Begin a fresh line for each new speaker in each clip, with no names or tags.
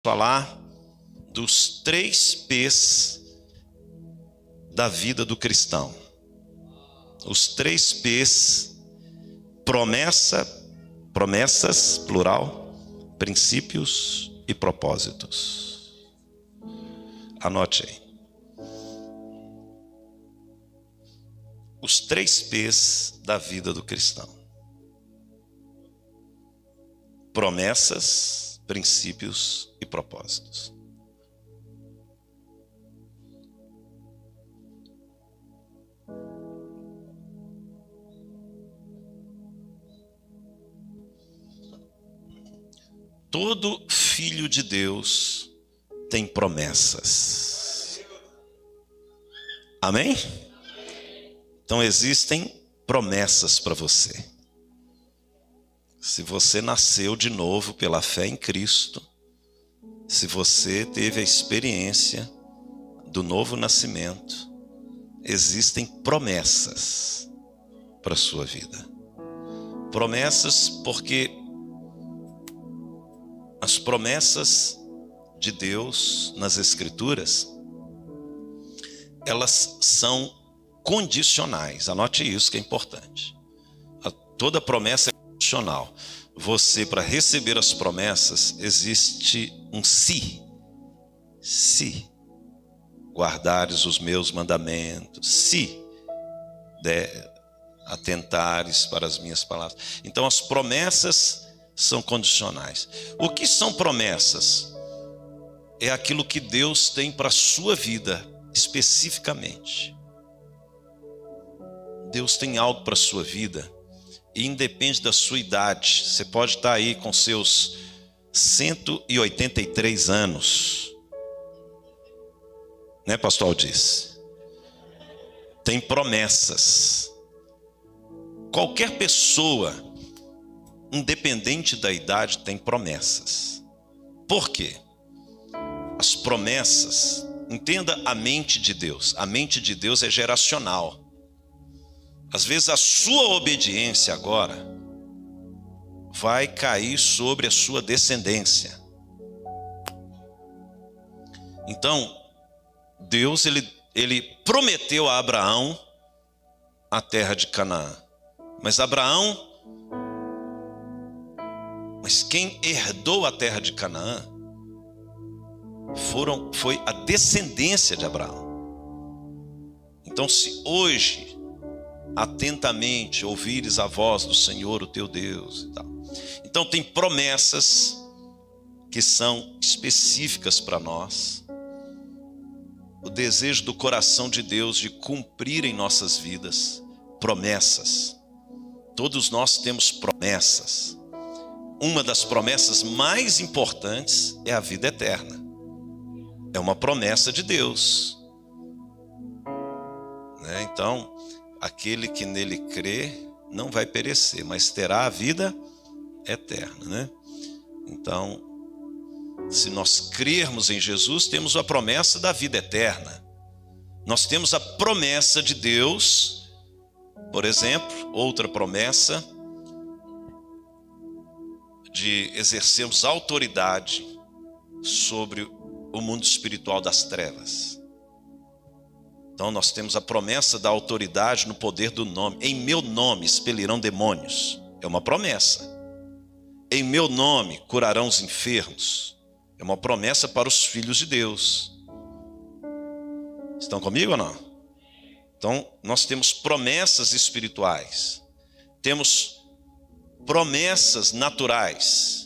falar dos 3 P's da vida do cristão. Os 3 P's: promessas, plural, princípios e propósitos. Anote aí. Os 3 P's da vida do cristão: promessas, princípios e propósitos. Todo filho de Deus tem promessas. Amém? Então existem promessas para você. Se você nasceu de novo pela fé em Cristo, se você teve a experiência do novo nascimento, existem promessas para a sua vida. Promessas porque as promessas de Deus nas Escrituras, elas são condicionais. Anote isso que é importante. Toda promessa é condicional. Você, para receber as promessas, existe um se. Se guardares os meus mandamentos, se atentares para as minhas palavras. Então as promessas são condicionais. O que são promessas? É aquilo que Deus tem para a sua vida, especificamente. Deus tem algo para a sua vida, e independe da sua idade. Você pode estar aí com seus 183 anos, né, pastor Aldice? Tem promessas. Qualquer pessoa, independente da idade, tem promessas. Por quê? As promessas, entenda a mente de Deus. A mente de Deus é geracional. Às vezes a sua obediência agora vai cair sobre a sua descendência. Então, Deus ele prometeu a Abraão a terra de Canaã. Mas quem herdou a terra de Canaã foi a descendência de Abraão. Então, se hoje atentamente ouvires a voz do Senhor, o teu Deus, e tal. Então tem promessas que são específicas para nós. O desejo do coração de Deus de cumprir em nossas vidas promessas. Todos nós temos promessas. Uma das promessas mais importantes é a vida eterna. É uma promessa de Deus, né? Então, aquele que nele crê não vai perecer, mas terá a vida eterna, né? Então, se nós crermos em Jesus, temos a promessa da vida eterna. Nós temos a promessa de Deus, por exemplo, outra promessa de exercermos autoridade sobre o mundo espiritual das trevas. Então nós temos a promessa da autoridade no poder do nome. Em meu nome expelirão demônios. É uma promessa. Em meu nome curarão os enfermos. É uma promessa para os filhos de Deus. Estão comigo ou não? Então nós temos promessas espirituais. Temos promessas naturais.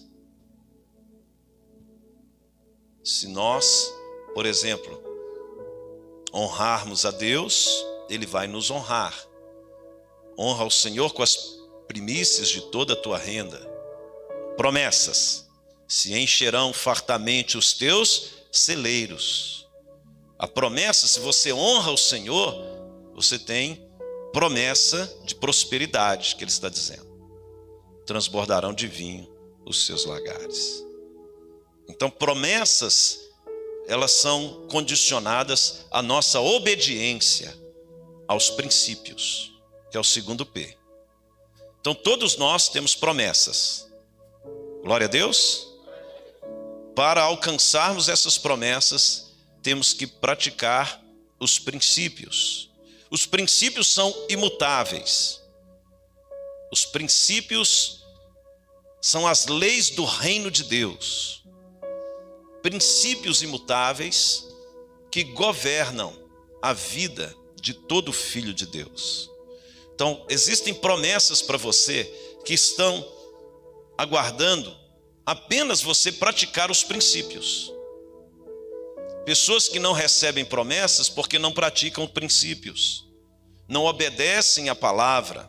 Se nós, por exemplo, honrarmos a Deus, Ele vai nos honrar. Honra ao Senhor com as primícias de toda a tua renda. Promessas: se encherão fartamente os teus celeiros. A promessa, se você honra o Senhor, você tem promessa de prosperidade, que Ele está dizendo. Transbordarão de vinho os seus lagares. Então promessas, elas são condicionadas à nossa obediência aos princípios, que é o segundo P. Então todos nós temos promessas. Glória a Deus. para alcançarmos essas promessas, temos que praticar os princípios. Os princípios são imutáveis. Os princípios são as leis do reino de Deus. Princípios imutáveis que governam a vida de todo filho de Deus. Então, existem promessas para você que estão aguardando apenas você praticar os princípios. Pessoas que não recebem promessas porque não praticam princípios, não obedecem à palavra.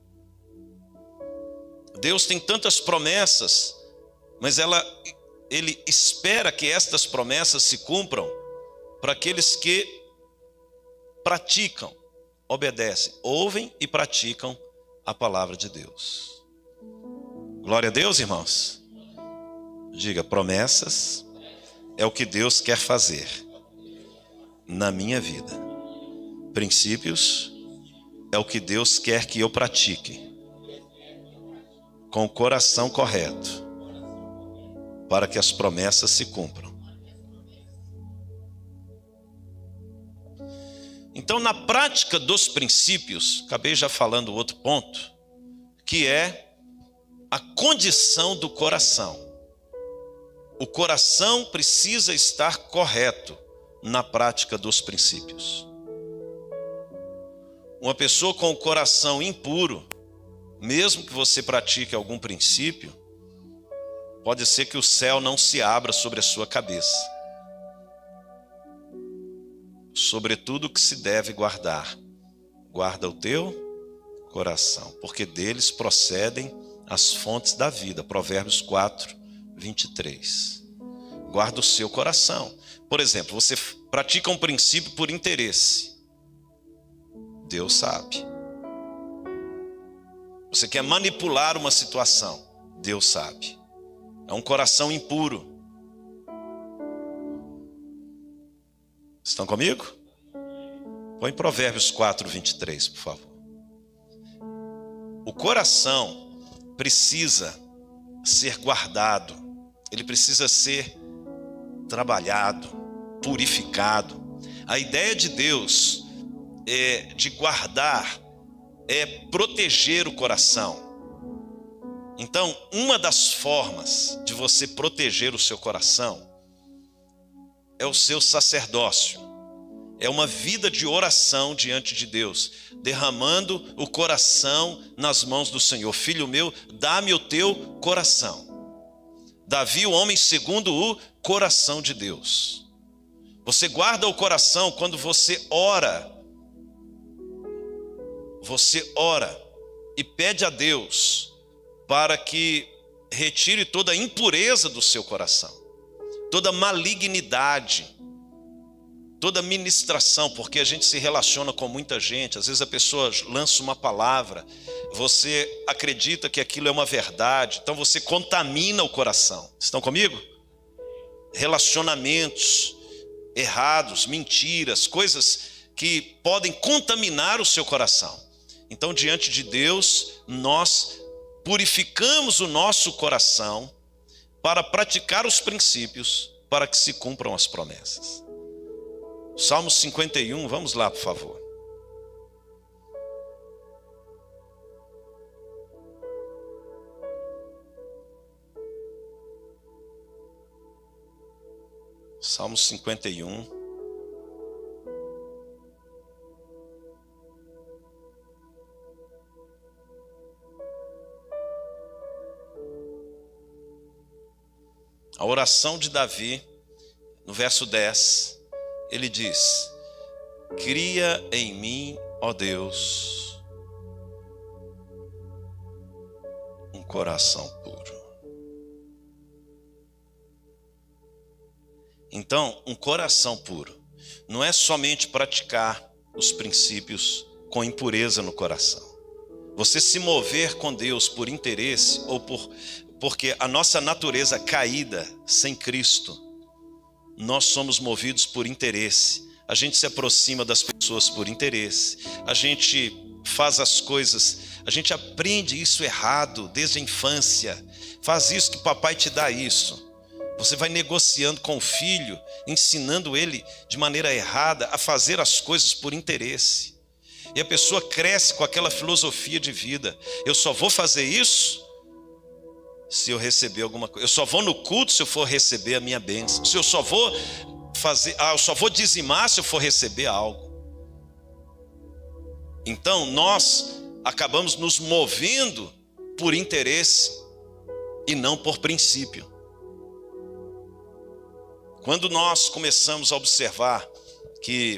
Deus tem tantas promessas, mas Ele espera que estas promessas se cumpram para aqueles que praticam, obedecem, ouvem e praticam a palavra de Deus. Glória a Deus, irmãos. Diga, promessas é o que Deus quer fazer na minha vida. Princípios é o que Deus quer que eu pratique com o coração correto, para que as promessas se cumpram. Então, na prática dos princípios, acabei já falando outro ponto, que é a condição do coração. O coração precisa estar correto na prática dos princípios. Uma pessoa com o coração impuro, mesmo que você pratique algum princípio, pode ser que o céu não se abra sobre a sua cabeça. Sobretudo o que se deve guardar. Guarda o teu coração, porque deles procedem as fontes da vida. Provérbios 4, 23. Guarda o seu coração. Por exemplo, você pratica um princípio por interesse. Deus sabe. Você quer manipular uma situação. Deus sabe. É um coração impuro. Estão comigo? Põe Provérbios 4, 23, por favor. O coração precisa ser guardado. Ele precisa ser trabalhado, purificado. A ideia de Deus de guardar é proteger o coração. Então, uma das formas de você proteger o seu coração é o seu sacerdócio. É uma vida de oração diante de Deus, derramando o coração nas mãos do Senhor. Filho meu, dá-me o teu coração. Davi, o homem segundo o coração de Deus. Você guarda o coração quando você ora. Você ora e pede a Deus para que retire toda a impureza do seu coração, toda malignidade, toda ministração, porque a gente se relaciona com muita gente. Às vezes a pessoa lança uma palavra, você acredita que aquilo é uma verdade, então você contamina o coração. Estão comigo? Relacionamentos errados, mentiras, coisas que podem contaminar o seu coração. Então, diante de Deus, nós purificamos o nosso coração para praticar os princípios, para que se cumpram as promessas. Salmo 51, vamos lá, por favor. Salmo 51. A oração de Davi, no verso 10, ele diz: cria em mim, ó Deus, um coração puro. Então, um coração puro não é somente praticar os princípios com impureza no coração. Você se mover com Deus por interesse ou porque a nossa natureza caída sem Cristo, nós somos movidos por interesse. A gente se aproxima das pessoas por interesse. A gente faz as coisas, a gente aprende isso errado desde a infância. Faz isso que papai te dá isso. Você vai negociando com o filho, ensinando ele de maneira errada a fazer as coisas por interesse. E a pessoa cresce com aquela filosofia de vida. Eu só vou fazer isso se eu receber alguma coisa. Eu só vou no culto se eu for receber a minha bênção. Se eu só vou eu só vou dizimar se eu for receber algo. Então nós acabamos nos movendo por interesse e não por princípio. Quando nós começamos a observar que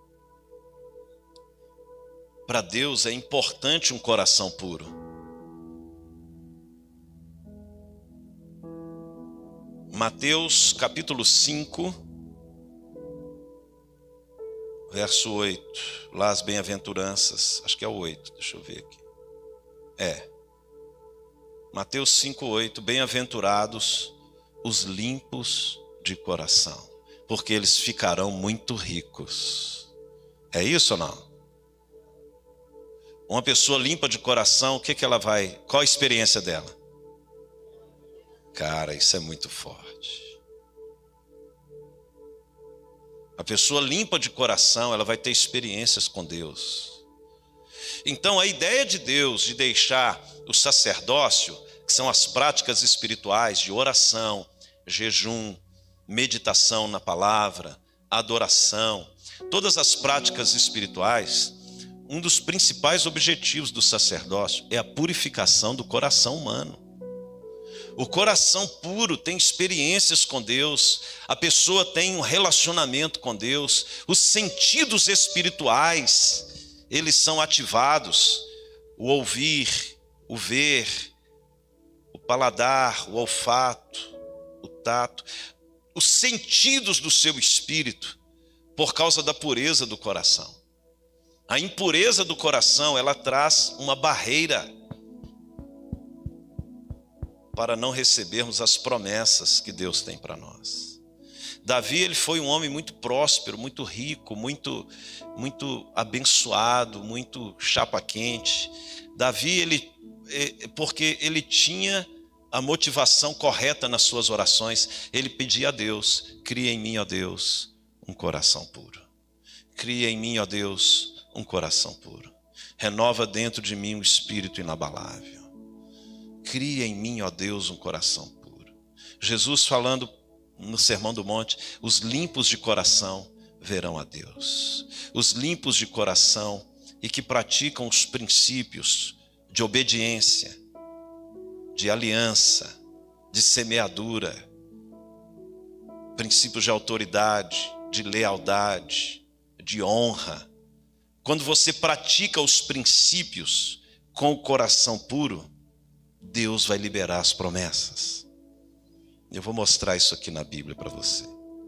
para Deus é importante um coração puro. Mateus capítulo 5, verso 8. Lá as bem-aventuranças, acho que é o 8, deixa eu ver aqui. Mateus 5, 8. Bem-aventurados os limpos de coração, porque eles ficarão muito ricos. É isso ou não? Uma pessoa limpa de coração, o que ela vai... Qual a experiência dela? Cara, isso é muito forte. A pessoa limpa de coração, ela vai ter experiências com Deus. Então a ideia de Deus de deixar o sacerdócio, que são as práticas espirituais de oração, jejum, meditação na palavra, adoração, todas as práticas espirituais, um dos principais objetivos do sacerdócio é a purificação do coração humano. O coração puro tem experiências com Deus, a pessoa tem um relacionamento com Deus, os sentidos espirituais, eles são ativados, o ouvir, o ver, o paladar, o olfato, o tato, os sentidos do seu espírito, por causa da pureza do coração. A impureza do coração, ela traz uma barreira para não recebermos as promessas que Deus tem para nós. Davi, ele foi um homem muito próspero, muito rico, muito abençoado, muito chapa quente. Davi, porque ele tinha a motivação correta nas suas orações, ele pedia a Deus: cria em mim, ó Deus, um coração puro. Cria em mim, ó Deus, um coração puro. Renova dentro de mim um espírito inabalável. Cria em mim, ó Deus, um coração puro. Jesus falando no Sermão do Monte: os limpos de coração verão a Deus. Os limpos de coração e que praticam os princípios de obediência, de aliança, de semeadura, princípios de autoridade, de lealdade, de honra. Quando você pratica os princípios com o coração puro, Deus vai liberar as promessas. Eu vou mostrar isso aqui na Bíblia para você.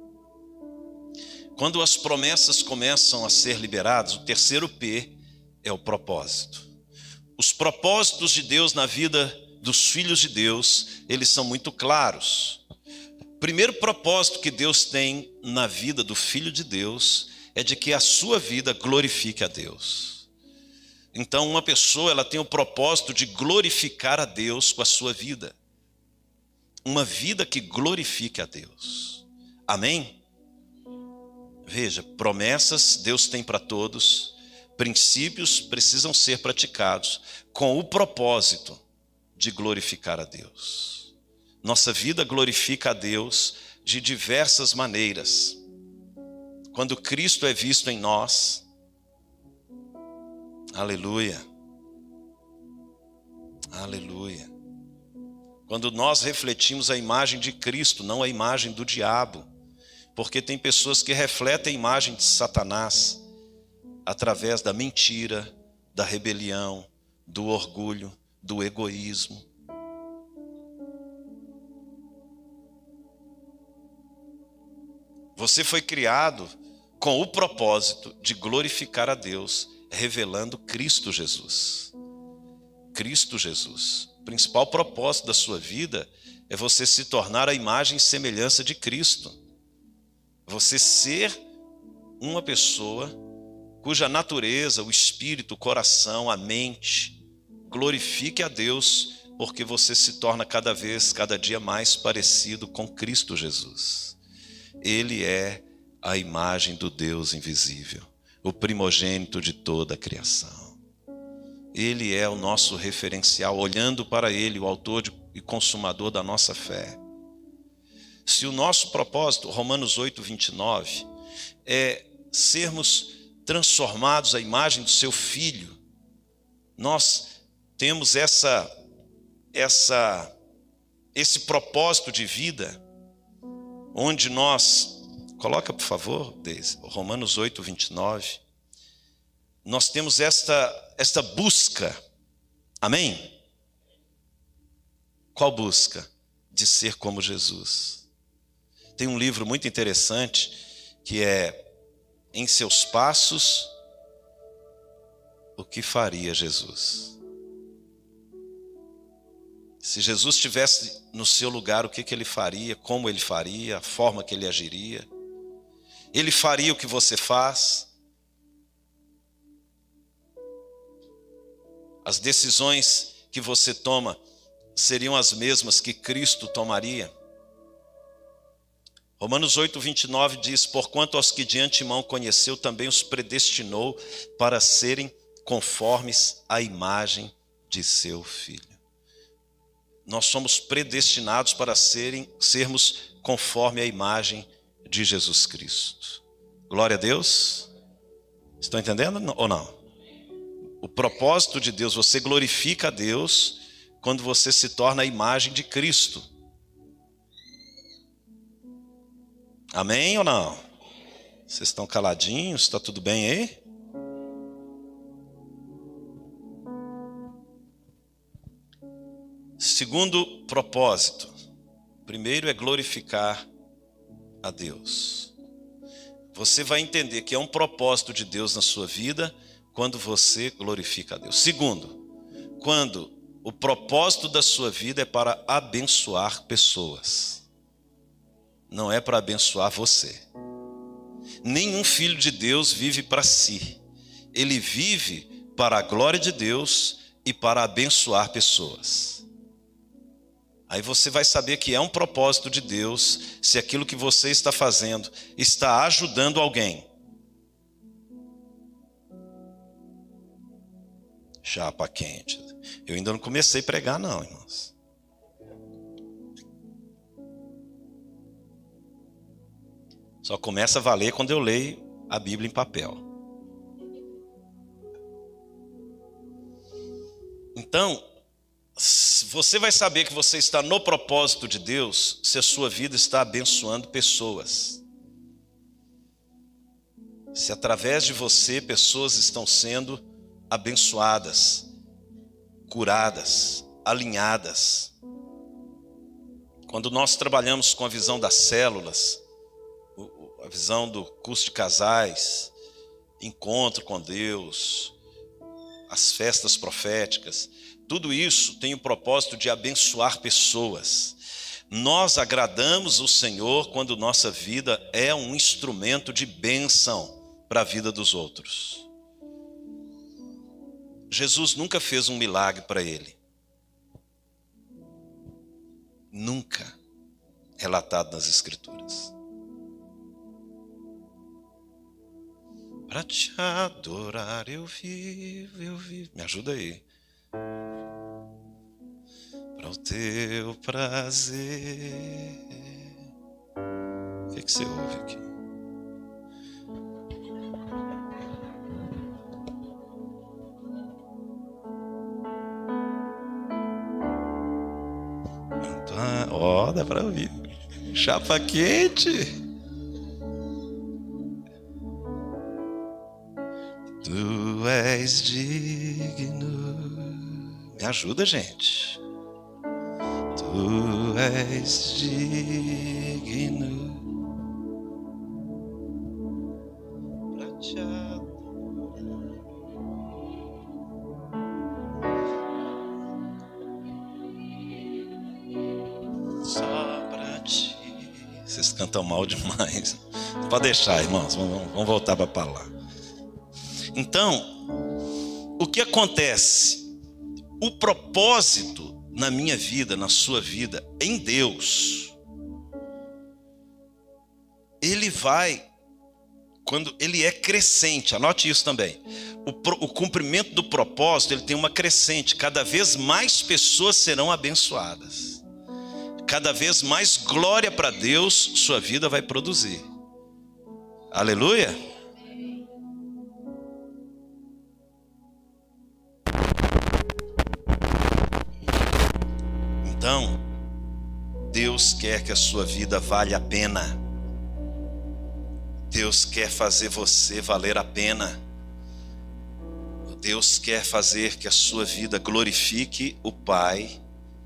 Quando as promessas começam a ser liberadas, o terceiro P é o propósito. Os propósitos de Deus na vida dos filhos de Deus, eles são muito claros. O primeiro propósito que Deus tem na vida do filho de Deus é de que a sua vida glorifique a Deus. Então uma pessoa, ela tem o propósito de glorificar a Deus com a sua vida. Uma vida que glorifique a Deus. Amém? Veja, promessas Deus tem para todos, princípios precisam ser praticados com o propósito de glorificar a Deus. Nossa vida glorifica a Deus de diversas maneiras. Quando Cristo é visto em nós, aleluia, aleluia. Quando nós refletimos a imagem de Cristo, não a imagem do diabo, porque tem pessoas que refletem a imagem de Satanás através da mentira, da rebelião, do orgulho, do egoísmo. Você foi criado com o propósito de glorificar a Deus, revelando Cristo Jesus. Cristo Jesus. O principal propósito da sua vida é você se tornar a imagem e semelhança de Cristo. Você ser uma pessoa cuja natureza, o espírito, o coração, a mente, glorifique a Deus porque você se torna cada dia mais parecido com Cristo Jesus. Ele é a imagem do Deus invisível, o primogênito de toda a criação. Ele é o nosso referencial, olhando para Ele, o autor e consumador da nossa fé. Se o nosso propósito, Romanos 8, 29, é sermos transformados à imagem do seu Filho, nós temos esse propósito de vida, onde nós, coloca por favor, Deise, Romanos 8, 29, nós temos esta busca, amém? Qual busca? De ser como Jesus. Tem um livro muito interessante, que é Em Seus Passos, o que faria Jesus? Se Jesus estivesse no seu lugar, o que ele faria, como ele faria, a forma que ele agiria? Ele faria o que você faz? As decisões que você toma seriam as mesmas que Cristo tomaria? Romanos 8, 29 diz: porquanto aos que de antemão conheceu, também os predestinou para serem conformes à imagem de seu Filho. Nós somos predestinados para sermos conforme a imagem de Jesus Cristo. Glória a Deus. Estão entendendo ou não? O propósito de Deus, você glorifica a Deus quando você se torna a imagem de Cristo. Amém ou não? Vocês estão caladinhos? Está tudo bem aí? Segundo propósito. Primeiro é glorificar a Deus. Você vai entender que é um propósito de Deus na sua vida quando você glorifica a Deus. Segundo, quando o propósito da sua vida é para abençoar pessoas. Não é para abençoar você. Nenhum filho de Deus vive para si. Ele vive para a glória de Deus e para abençoar pessoas. Aí você vai saber que é um propósito de Deus se aquilo que você está fazendo está ajudando alguém. Chapa quente. Eu ainda não comecei a pregar não, irmãos. Só começa a valer quando eu leio a Bíblia em papel. Então, você vai saber que você está no propósito de Deus se a sua vida está abençoando pessoas. Se através de você pessoas estão sendo abençoadas, curadas, alinhadas. Quando nós trabalhamos com a visão das células, a visão do curso de casais, encontro com Deus, as festas proféticas, tudo isso tem o propósito de abençoar pessoas. Nós agradamos o Senhor quando nossa vida é um instrumento de bênção para a vida dos outros. Jesus nunca fez um milagre para ele. Nunca relatado nas Escrituras. Para te adorar eu vivo, eu vivo. Me ajuda aí. Para o teu prazer. O que você ouve aqui? Ó, dá para ouvir. Chapa quente. Tu és digno. Me ajuda, gente. Tu és digno. Pra te só pra ti. Vocês cantam mal demais. Pode deixar, irmãos. Vamos voltar para a palavra. Então, o que acontece? O propósito na minha vida, na sua vida, em Deus, ele vai, quando ele é crescente, anote isso também, o cumprimento do propósito, ele tem uma crescente, cada vez mais pessoas serão abençoadas, cada vez mais glória para Deus sua vida vai produzir. Aleluia. Então, Deus quer que a sua vida valha a pena. Deus quer fazer você valer a pena. Deus quer fazer que a sua vida glorifique o Pai,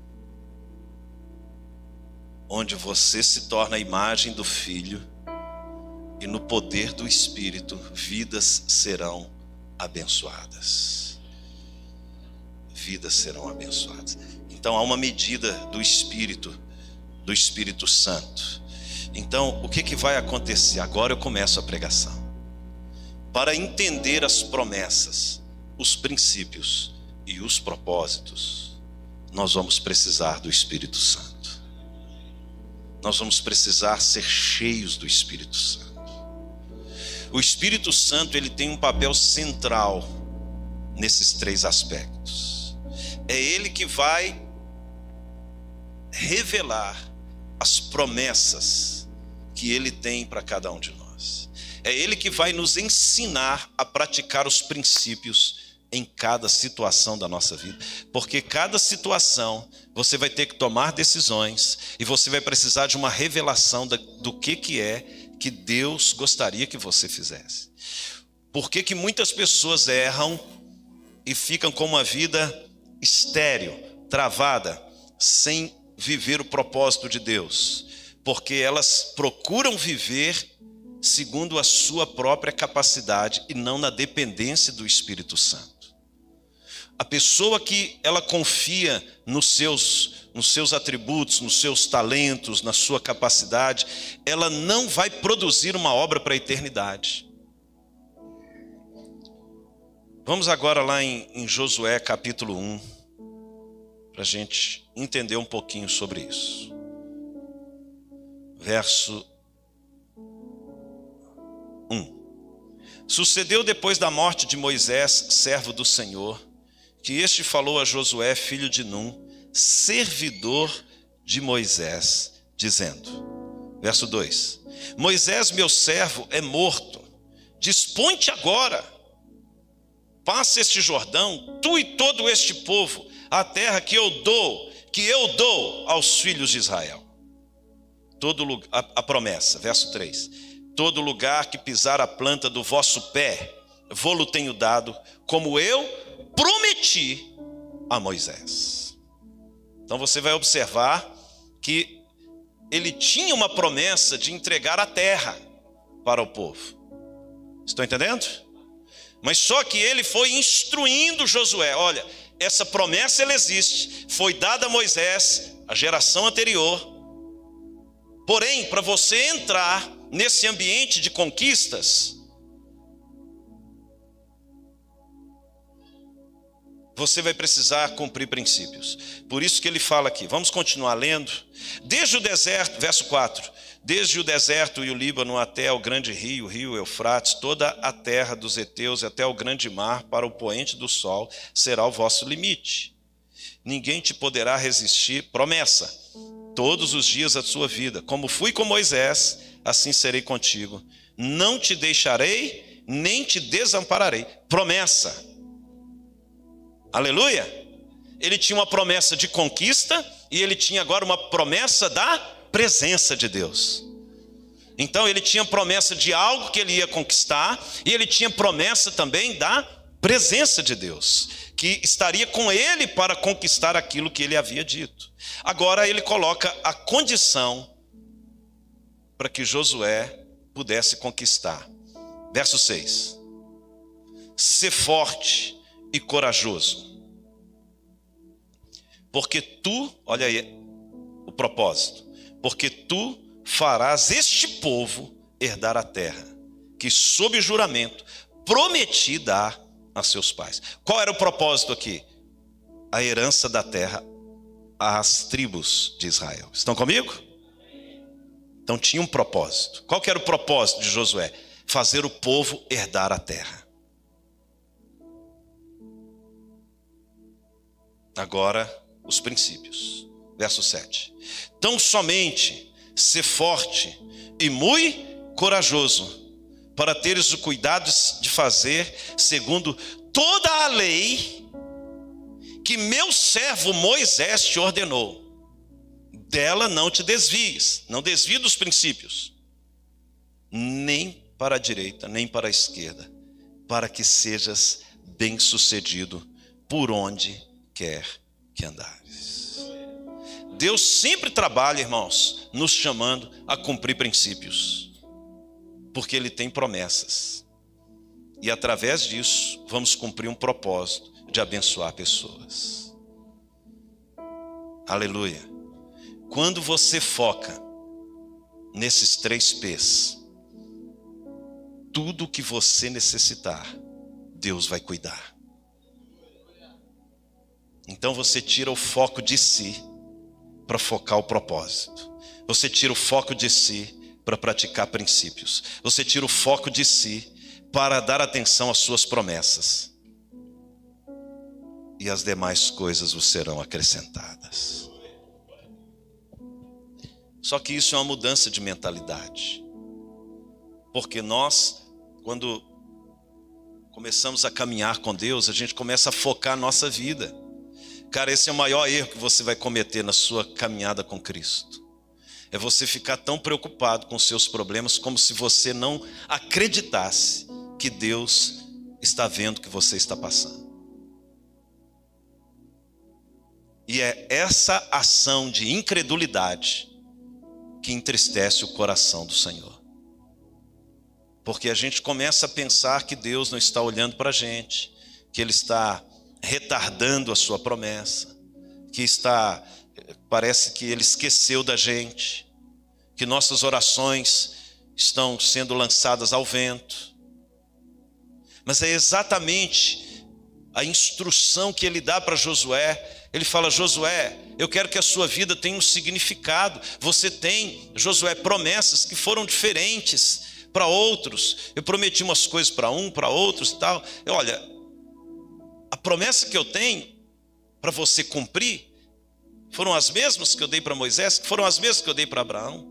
onde você se torna a imagem do Filho, e no poder do Espírito, vidas serão abençoadas. Vidas serão abençoadas. Então há uma medida do Espírito Santo. Então o que vai acontecer? Agora eu começo a pregação. Para entender as promessas, os princípios e os propósitos, nós vamos precisar do Espírito Santo. Nós vamos precisar ser cheios do Espírito Santo. O Espírito Santo, ele tem um papel central nesses três aspectos. É ele que vai revelar as promessas que ele tem para cada um de nós. É ele que vai nos ensinar a praticar os princípios em cada situação da nossa vida. Porque cada situação você vai ter que tomar decisões e você vai precisar de uma revelação do que é que Deus gostaria que você fizesse. Por que muitas pessoas erram e ficam com uma vida estéril, travada, sem viver o propósito de Deus? Porque elas procuram viver segundo a sua própria capacidade e não na dependência do Espírito Santo. A pessoa que ela confia nos seus atributos, nos seus talentos, na sua capacidade, ela não vai produzir uma obra para a eternidade. Vamos agora lá em Josué capítulo 1, para a gente entender um pouquinho sobre isso. Verso 1. Sucedeu depois da morte de Moisés, servo do Senhor, que este falou a Josué, filho de Num, servidor de Moisés, dizendo, verso 2: Moisés, meu servo, é morto. Dispõe-te agora, passa este Jordão, tu e todo este povo, a terra que eu dou aos filhos de Israel. A promessa, verso 3: todo lugar que pisar a planta do vosso pé, vô-lo tenho dado, como eu prometi a Moisés. Então você vai observar que ele tinha uma promessa de entregar a terra para o povo. Estão entendendo? Mas só que ele foi instruindo Josué. Olha, essa promessa ela existe, foi dada a Moisés, a geração anterior. Porém, para você entrar nesse ambiente de conquistas, você vai precisar cumprir princípios. Por isso que ele fala aqui, vamos continuar lendo. Desde o deserto, verso 4, desde o deserto e o Líbano até o grande rio, o rio Eufrates, toda a terra dos heteus até o grande mar, para o poente do sol, será o vosso limite. Ninguém te poderá resistir, promessa, todos os dias da sua vida. Como fui com Moisés, assim serei contigo. Não te deixarei, nem te desampararei. Promessa. Aleluia. Ele tinha uma promessa de conquista e ele tinha agora uma promessa da presença de Deus. Então ele tinha promessa de algo que ele ia conquistar e ele tinha promessa também da presença de Deus, que estaria com ele para conquistar aquilo que ele havia dito. Agora ele coloca a condição para que Josué pudesse conquistar. Verso 6. Ser forte e corajoso, porque tu, olha aí o propósito, porque tu farás este povo herdar a terra, que sob juramento prometi dar a seus pais. Qual era o propósito aqui? A herança da terra às tribos de Israel. Estão comigo? Então tinha um propósito. Qual que era o propósito de Josué? Fazer o povo herdar a terra. Agora, os princípios. Verso 7. Tão somente ser forte e muito corajoso, para teres o cuidado de fazer segundo toda a lei que meu servo Moisés te ordenou. Dela não te desvies, não desvie dos princípios, nem para a direita, nem para a esquerda, para que sejas bem-sucedido por onde quer que andares. Deus sempre trabalha, irmãos, nos chamando a cumprir princípios, porque Ele tem promessas, e através disso vamos cumprir um propósito de abençoar pessoas. Aleluia. Quando você foca nesses 3 P's, tudo que você necessitar, Deus vai cuidar. Então você tira o foco de si para focar o propósito. Você tira o foco de si para praticar princípios. Você tira o foco de si para dar atenção às suas promessas. E as demais coisas vos serão acrescentadas. Só que isso é uma mudança de mentalidade. Porque nós, quando começamos a caminhar com Deus, a gente começa a focar a nossa vida. Cara, esse é o maior erro que você vai cometer na sua caminhada com Cristo. É você ficar tão preocupado com os seus problemas, como se você não acreditasse que Deus está vendo o que você está passando. E é essa ação de incredulidade que entristece o coração do Senhor. Porque a gente começa a pensar que Deus não está olhando para a gente, que Ele está retardando a sua promessa, que parece que Ele esqueceu da gente, que nossas orações estão sendo lançadas ao vento. Mas é exatamente a instrução que Ele dá para Josué. Ele fala: Josué, eu quero que a sua vida tenha um significado. Você tem, Josué, promessas que foram diferentes para outros. Eu prometi umas coisas para para outros e tal. Olha, a promessa que eu tenho para você cumprir foram as mesmas que eu dei para Moisés, que foram as mesmas que eu dei para Abraão.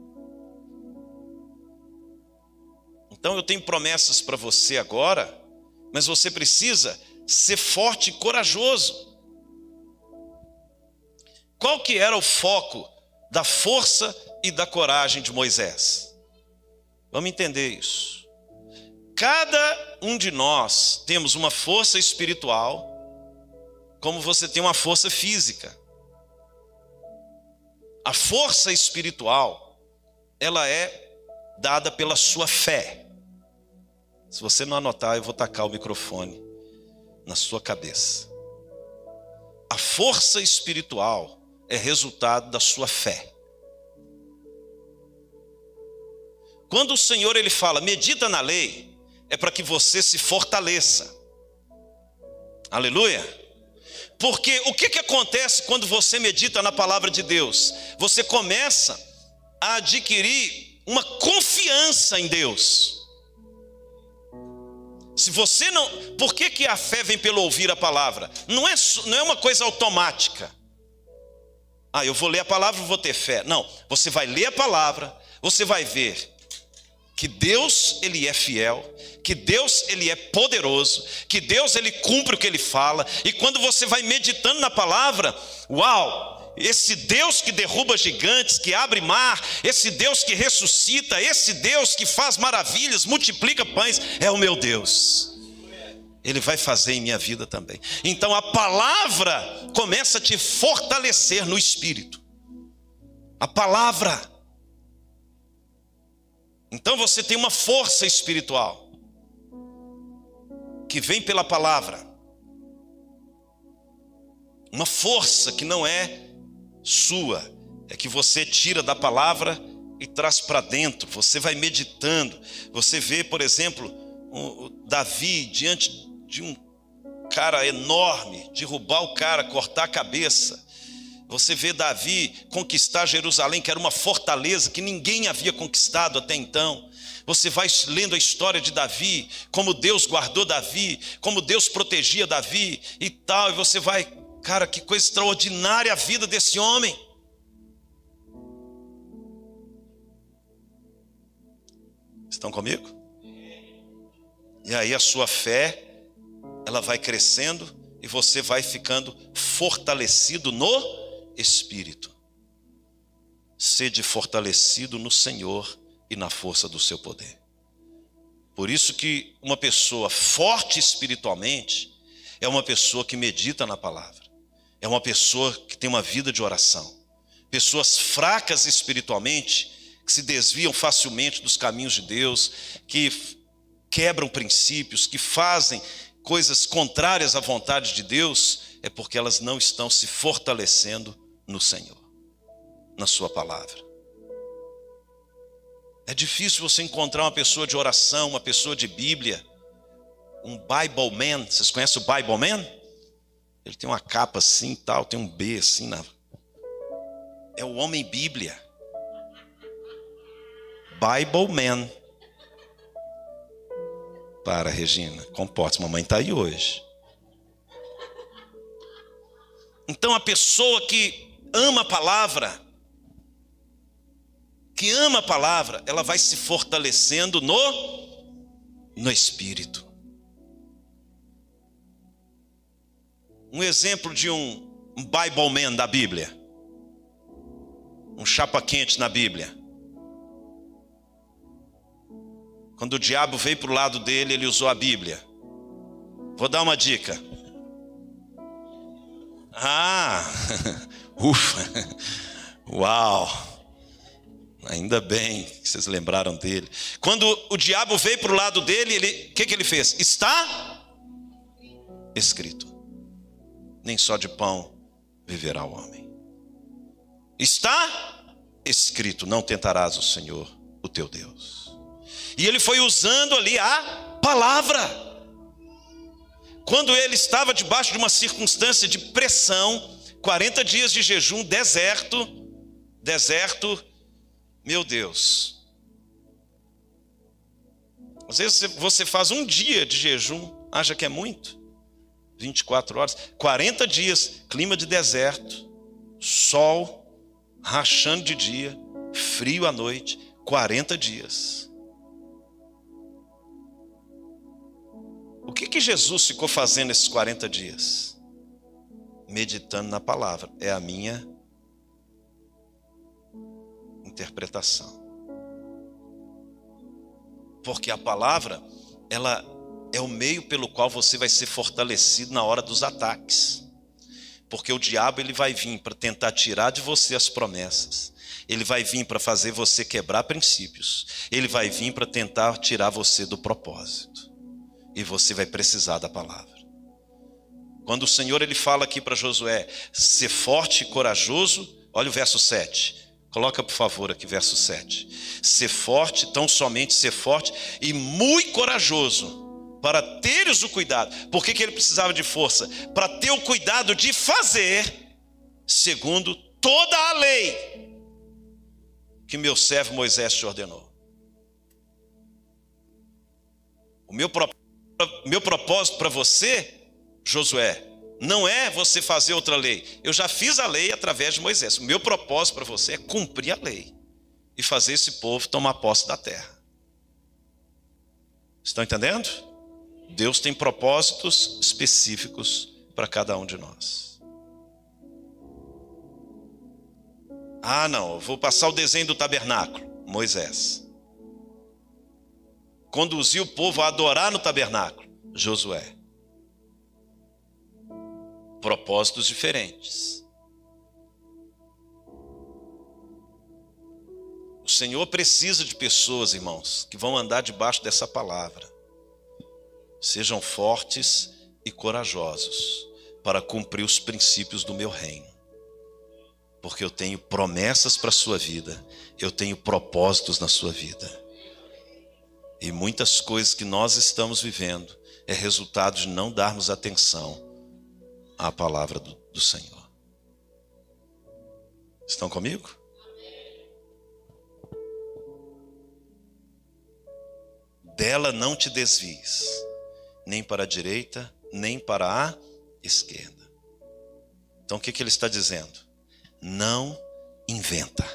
Então eu tenho promessas para você agora, mas você precisa ser forte e corajoso. Qual que era o foco da força e da coragem de Moisés? Vamos entender isso. Cada um de nós temos uma força espiritual, como você tem uma força física. A força espiritual, ela é dada pela sua fé. Se você não anotar, eu vou tacar o microfone na sua cabeça. A força espiritual é resultado da sua fé. Quando o Senhor ele fala, medita na lei, é para que você se fortaleça. Aleluia. Porque o que acontece quando você medita na palavra de Deus? Você começa a adquirir uma confiança em Deus. Se você não... Por que a fé vem pelo ouvir a palavra? Não é uma coisa automática. Ah, eu vou ler a palavra e vou ter fé. Não, você vai ler a palavra, você vai ver que Deus ele é fiel, que Deus ele é poderoso, que Deus ele cumpre o que ele fala. E quando você vai meditando na palavra, uau, esse Deus que derruba gigantes, que abre mar, esse Deus que ressuscita, esse Deus que faz maravilhas, multiplica pães, é o meu Deus. Ele vai fazer em minha vida também. Então a palavra começa a te fortalecer no espírito. A palavra. Então você tem uma força espiritual que vem pela palavra. Uma força que não é sua, é que você tira da palavra e traz para dentro. Você vai meditando. Você vê, por exemplo, o Davi diante de um cara enorme, derrubar o cara, cortar a cabeça. Você vê Davi conquistar Jerusalém, que era uma fortaleza que ninguém havia conquistado até então. Você vai lendo a história de Davi, como Deus guardou Davi, como Deus protegia Davi e tal. E você vai, cara, que coisa extraordinária a vida desse homem. Estão comigo? E aí a sua fé, ela vai crescendo e você vai ficando fortalecido no Espírito. Sede fortalecido no Senhor e na força do seu poder. Por isso que uma pessoa forte espiritualmente é uma pessoa que medita na palavra. É uma pessoa que tem uma vida de oração. Pessoas fracas espiritualmente, que se desviam facilmente dos caminhos de Deus, que quebram princípios, que fazem coisas contrárias à vontade de Deus, é porque elas não estão se fortalecendo no Senhor, na sua palavra. É difícil você encontrar uma pessoa de oração, uma pessoa de Bíblia, um Bible Man. Vocês conhecem o Bible Man? Ele tem uma capa assim e tal, tem um B assim é o homem Bíblia. Bible Man. Para, Regina, comporte-se, mamãe está aí hoje. Então a pessoa que ama a palavra, ela vai se fortalecendo no Espírito. Um exemplo de um Bible Man da Bíblia, um chapa quente na Bíblia. Quando o diabo veio para o lado dele, ele usou a Bíblia. Vou dar uma dica. Ufa, uau, ainda bem que vocês lembraram dele. Quando o diabo veio para o lado dele, o que ele fez? Está escrito: nem só de pão viverá o homem. Está escrito: não tentarás o Senhor, o teu Deus. E ele foi usando ali a palavra. Quando ele estava debaixo de uma circunstância de pressão, 40 dias de jejum, deserto, meu Deus. Às vezes você faz um dia de jejum, acha que é muito, 24 horas, 40 dias, clima de deserto, sol, rachando de dia, frio à noite, 40 dias. O que Jesus ficou fazendo esses 40 dias? Meditando na palavra. É a minha interpretação. Porque a palavra, ela é o meio pelo qual você vai ser fortalecido na hora dos ataques. Porque o diabo, ele vai vir para tentar tirar de você as promessas. Ele vai vir para fazer você quebrar princípios. Ele vai vir para tentar tirar você do propósito. E você vai precisar da palavra. Quando o Senhor, ele fala aqui para Josué, ser forte e corajoso, olha o verso 7. Coloca por favor aqui verso 7. Ser forte, tão somente ser forte e muito corajoso, para teres o cuidado. Por que ele precisava de força? Para ter o cuidado de fazer segundo toda a lei que meu servo Moisés te ordenou. O meu propósito para você, Josué, não é você fazer outra lei. Eu já fiz a lei através de Moisés. O meu propósito para você é cumprir a lei e fazer esse povo tomar posse da terra. Estão entendendo? Deus tem propósitos específicos para cada um de nós. Não, eu vou passar o desenho do tabernáculo. Moisés. Conduzir o povo a adorar no tabernáculo. Josué. Propósitos diferentes. O Senhor precisa de pessoas, irmãos, que vão andar debaixo dessa palavra. Sejam fortes e corajosos para cumprir os princípios do meu reino. Porque eu tenho promessas para a sua vida. Eu tenho propósitos na sua vida. E muitas coisas que nós estamos vivendo é resultado de não darmos atenção à palavra do Senhor. Estão comigo? Dela não te desvies, nem para a direita, nem para a esquerda. Então o que ele está dizendo? Não inventa.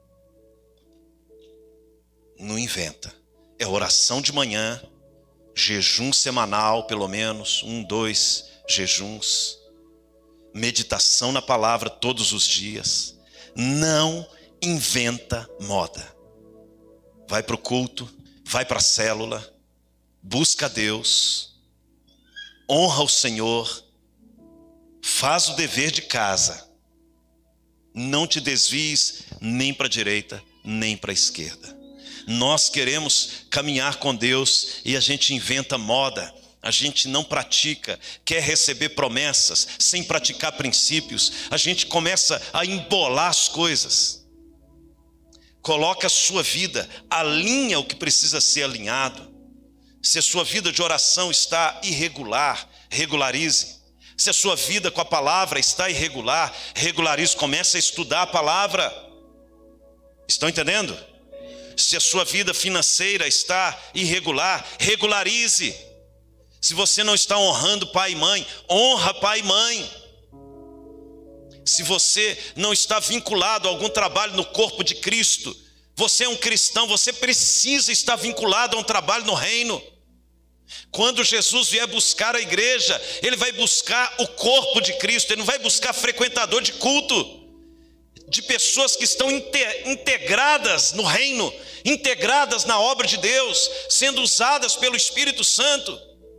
Não inventa. É oração de manhã, jejum semanal, pelo menos 1, 2 jejuns, meditação na palavra todos os dias. Não inventa moda. Vai para o culto, vai para a célula, busca a Deus, honra o Senhor, faz o dever de casa. Não te desvies nem para a direita, nem para a esquerda. Nós queremos caminhar com Deus e a gente inventa moda. A gente não pratica, quer receber promessas sem praticar princípios. A gente começa a embolar as coisas. Coloca a sua vida, alinha o que precisa ser alinhado. Se a sua vida de oração está irregular, regularize. Se a sua vida com a palavra está irregular, regularize, comece a estudar a palavra. Estão entendendo? Se a sua vida financeira está irregular, regularize. Se você não está honrando pai e mãe, honra pai e mãe. Se você não está vinculado a algum trabalho no corpo de Cristo, você é um cristão, você precisa estar vinculado a um trabalho no reino. Quando Jesus vier buscar a igreja, ele vai buscar o corpo de Cristo, ele não vai buscar frequentador de culto, de pessoas que estão integradas no reino, integradas na obra de Deus, sendo usadas pelo Espírito Santo.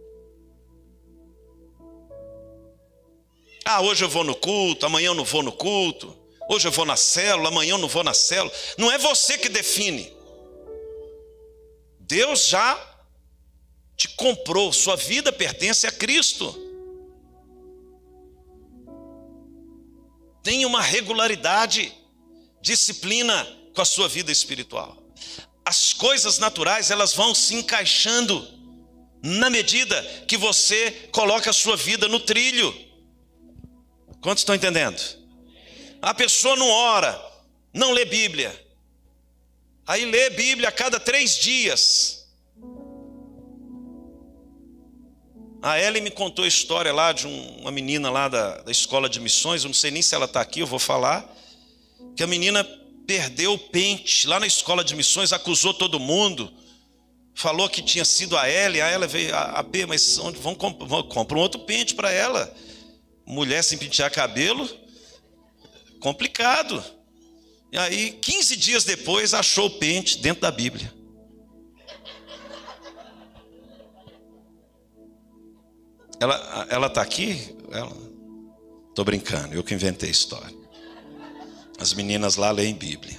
Hoje eu vou no culto, amanhã eu não vou no culto. Hoje eu vou na célula, amanhã eu não vou na célula. Não é você que define. Deus já te comprou, sua vida pertence a Cristo. Tenha uma regularidade, disciplina com a sua vida espiritual. As coisas naturais, elas vão se encaixando na medida que você coloca a sua vida no trilho. Quantos estão entendendo? A pessoa não ora, não lê Bíblia. Aí lê Bíblia a cada 3 dias. A Ellen me contou a história lá de uma menina lá da escola de missões. Eu não sei nem se ela está aqui, eu vou falar. Que a menina perdeu o pente lá na escola de missões, acusou todo mundo. Falou que tinha sido a Ellen. A Ellen veio, mas onde vão comprar um outro pente para ela. Mulher sem pentear cabelo, complicado. E aí, 15 dias depois, achou o pente dentro da Bíblia. Ela está aqui? Estou brincando, eu que inventei a história. As meninas lá leem Bíblia.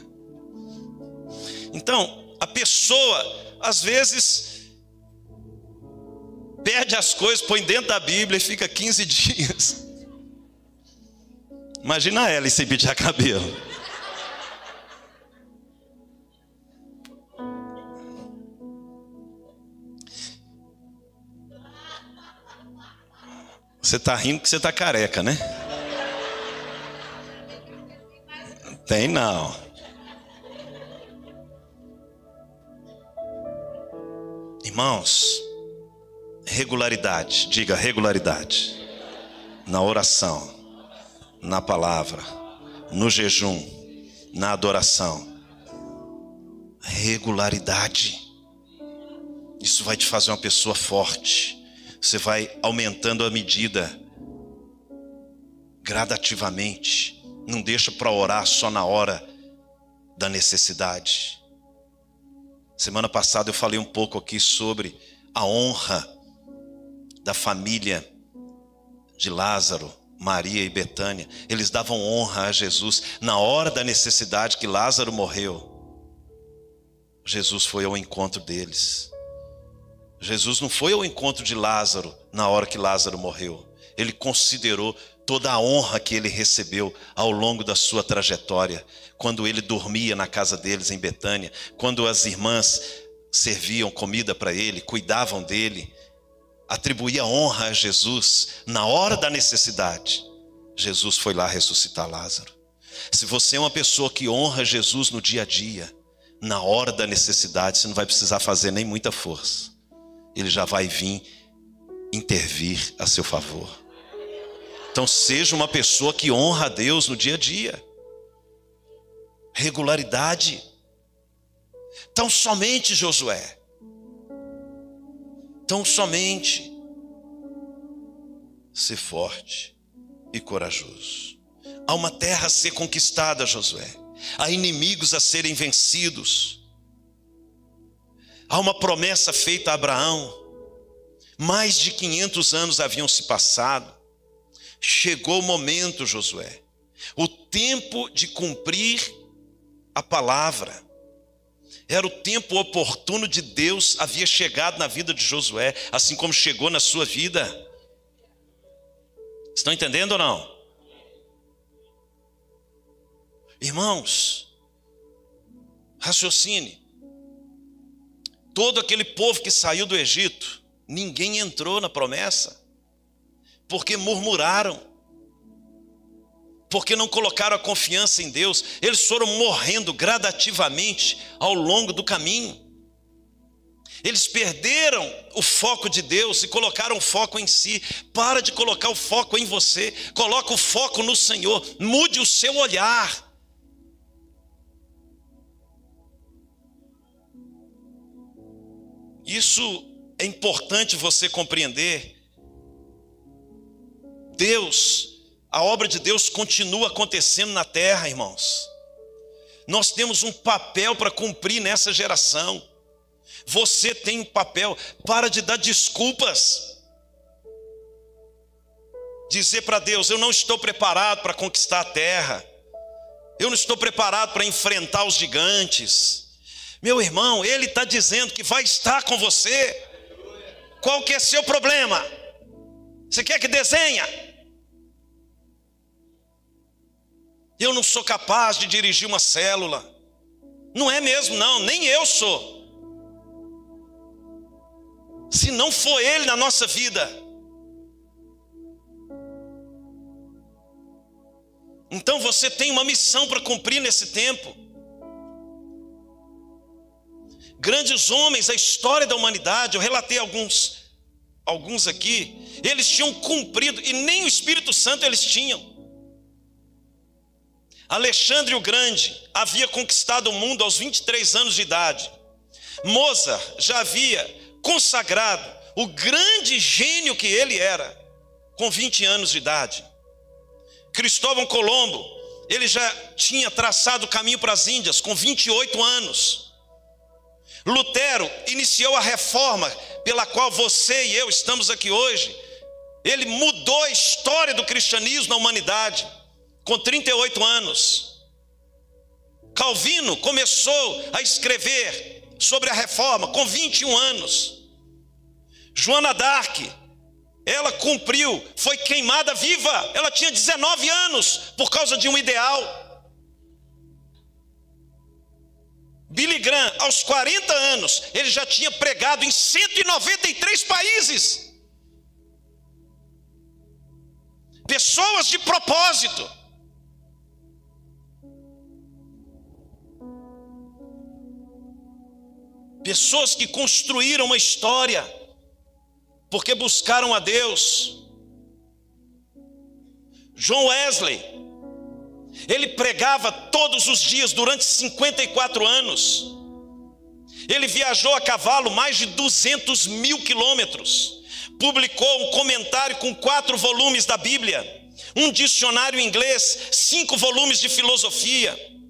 Então, a pessoa, às vezes, perde as coisas, põe dentro da Bíblia e fica 15 dias. Imagina ela sem pentear cabelo. Você está rindo porque você está careca, né? Tem não. Irmãos, regularidade, diga regularidade. Na oração, na palavra, no jejum, na adoração. Regularidade. Isso vai te fazer uma pessoa forte. Você vai aumentando a medida gradativamente. Não deixa para orar só na hora da necessidade. Semana passada eu falei um pouco aqui sobre a honra da família de Lázaro, Maria e Betânia. Eles davam honra a Jesus. Na hora da necessidade que Lázaro morreu, Jesus foi ao encontro deles. Jesus não foi ao encontro de Lázaro na hora que Lázaro morreu. Ele considerou toda a honra que ele recebeu ao longo da sua trajetória. Quando ele dormia na casa deles em Betânia, quando as irmãs serviam comida para ele, cuidavam dele, atribuía honra a Jesus. Na hora da necessidade, Jesus foi lá ressuscitar Lázaro. Se você é uma pessoa que honra Jesus no dia a dia, na hora da necessidade, você não vai precisar fazer nem muita força. Ele já vai vir intervir a seu favor. Então seja uma pessoa que honra a Deus no dia a dia. Regularidade. Tão somente, Josué. Tão somente. Ser forte e corajoso. Há uma terra a ser conquistada, Josué. Há inimigos a serem vencidos. Há uma promessa feita a Abraão. Mais de 500 anos haviam se passado. Chegou o momento, Josué. O tempo de cumprir a palavra. Era o tempo oportuno de Deus, havia chegado na vida de Josué, assim como chegou na sua vida. Estão entendendo ou não? Irmãos, raciocine. Todo aquele povo que saiu do Egito, ninguém entrou na promessa, porque murmuraram, porque não colocaram a confiança em Deus. Eles foram morrendo gradativamente ao longo do caminho. Eles perderam o foco de Deus e colocaram o foco em si. Para de colocar o foco em você, coloca o foco no Senhor, mude o seu olhar. Isso é importante você compreender. Deus, a obra de Deus continua acontecendo na terra, irmãos. Nós temos um papel para cumprir nessa geração. Você tem um papel. Para de dar desculpas. Dizer para Deus: eu não estou preparado para conquistar a terra. Eu não estou preparado para enfrentar os gigantes. Meu irmão, Ele está dizendo que vai estar com você. Qual que é seu problema? Você quer que desenhe? Eu não sou capaz de dirigir uma célula. Não é mesmo não, nem eu sou. Se não for Ele na nossa vida. Então você tem uma missão para cumprir nesse tempo. Grandes homens, a história da humanidade, eu relatei alguns aqui, eles tinham cumprido, e nem o Espírito Santo eles tinham. Alexandre o Grande havia conquistado o mundo aos 23 anos de idade. Mozart já havia consagrado o grande gênio que ele era, com 20 anos de idade. Cristóvão Colombo, ele já tinha traçado o caminho para as Índias, com 28 anos. Lutero iniciou a reforma pela qual você e eu estamos aqui hoje. Ele mudou a história do cristianismo na humanidade, com 38 anos. Calvino começou a escrever sobre a reforma com 21 anos. Joana d'Arc, ela cumpriu, foi queimada viva, ela tinha 19 anos por causa de um ideal. Billy Graham, aos 40 anos, ele já tinha pregado em 193 países. Pessoas de propósito. Pessoas que construíram uma história, porque buscaram a Deus. John Wesley, ele pregava todos os dias durante 54 anos. Ele viajou a cavalo mais de 200 mil quilômetros. Publicou um comentário com 4 volumes da Bíblia, um dicionário em inglês, 5 volumes de filosofia,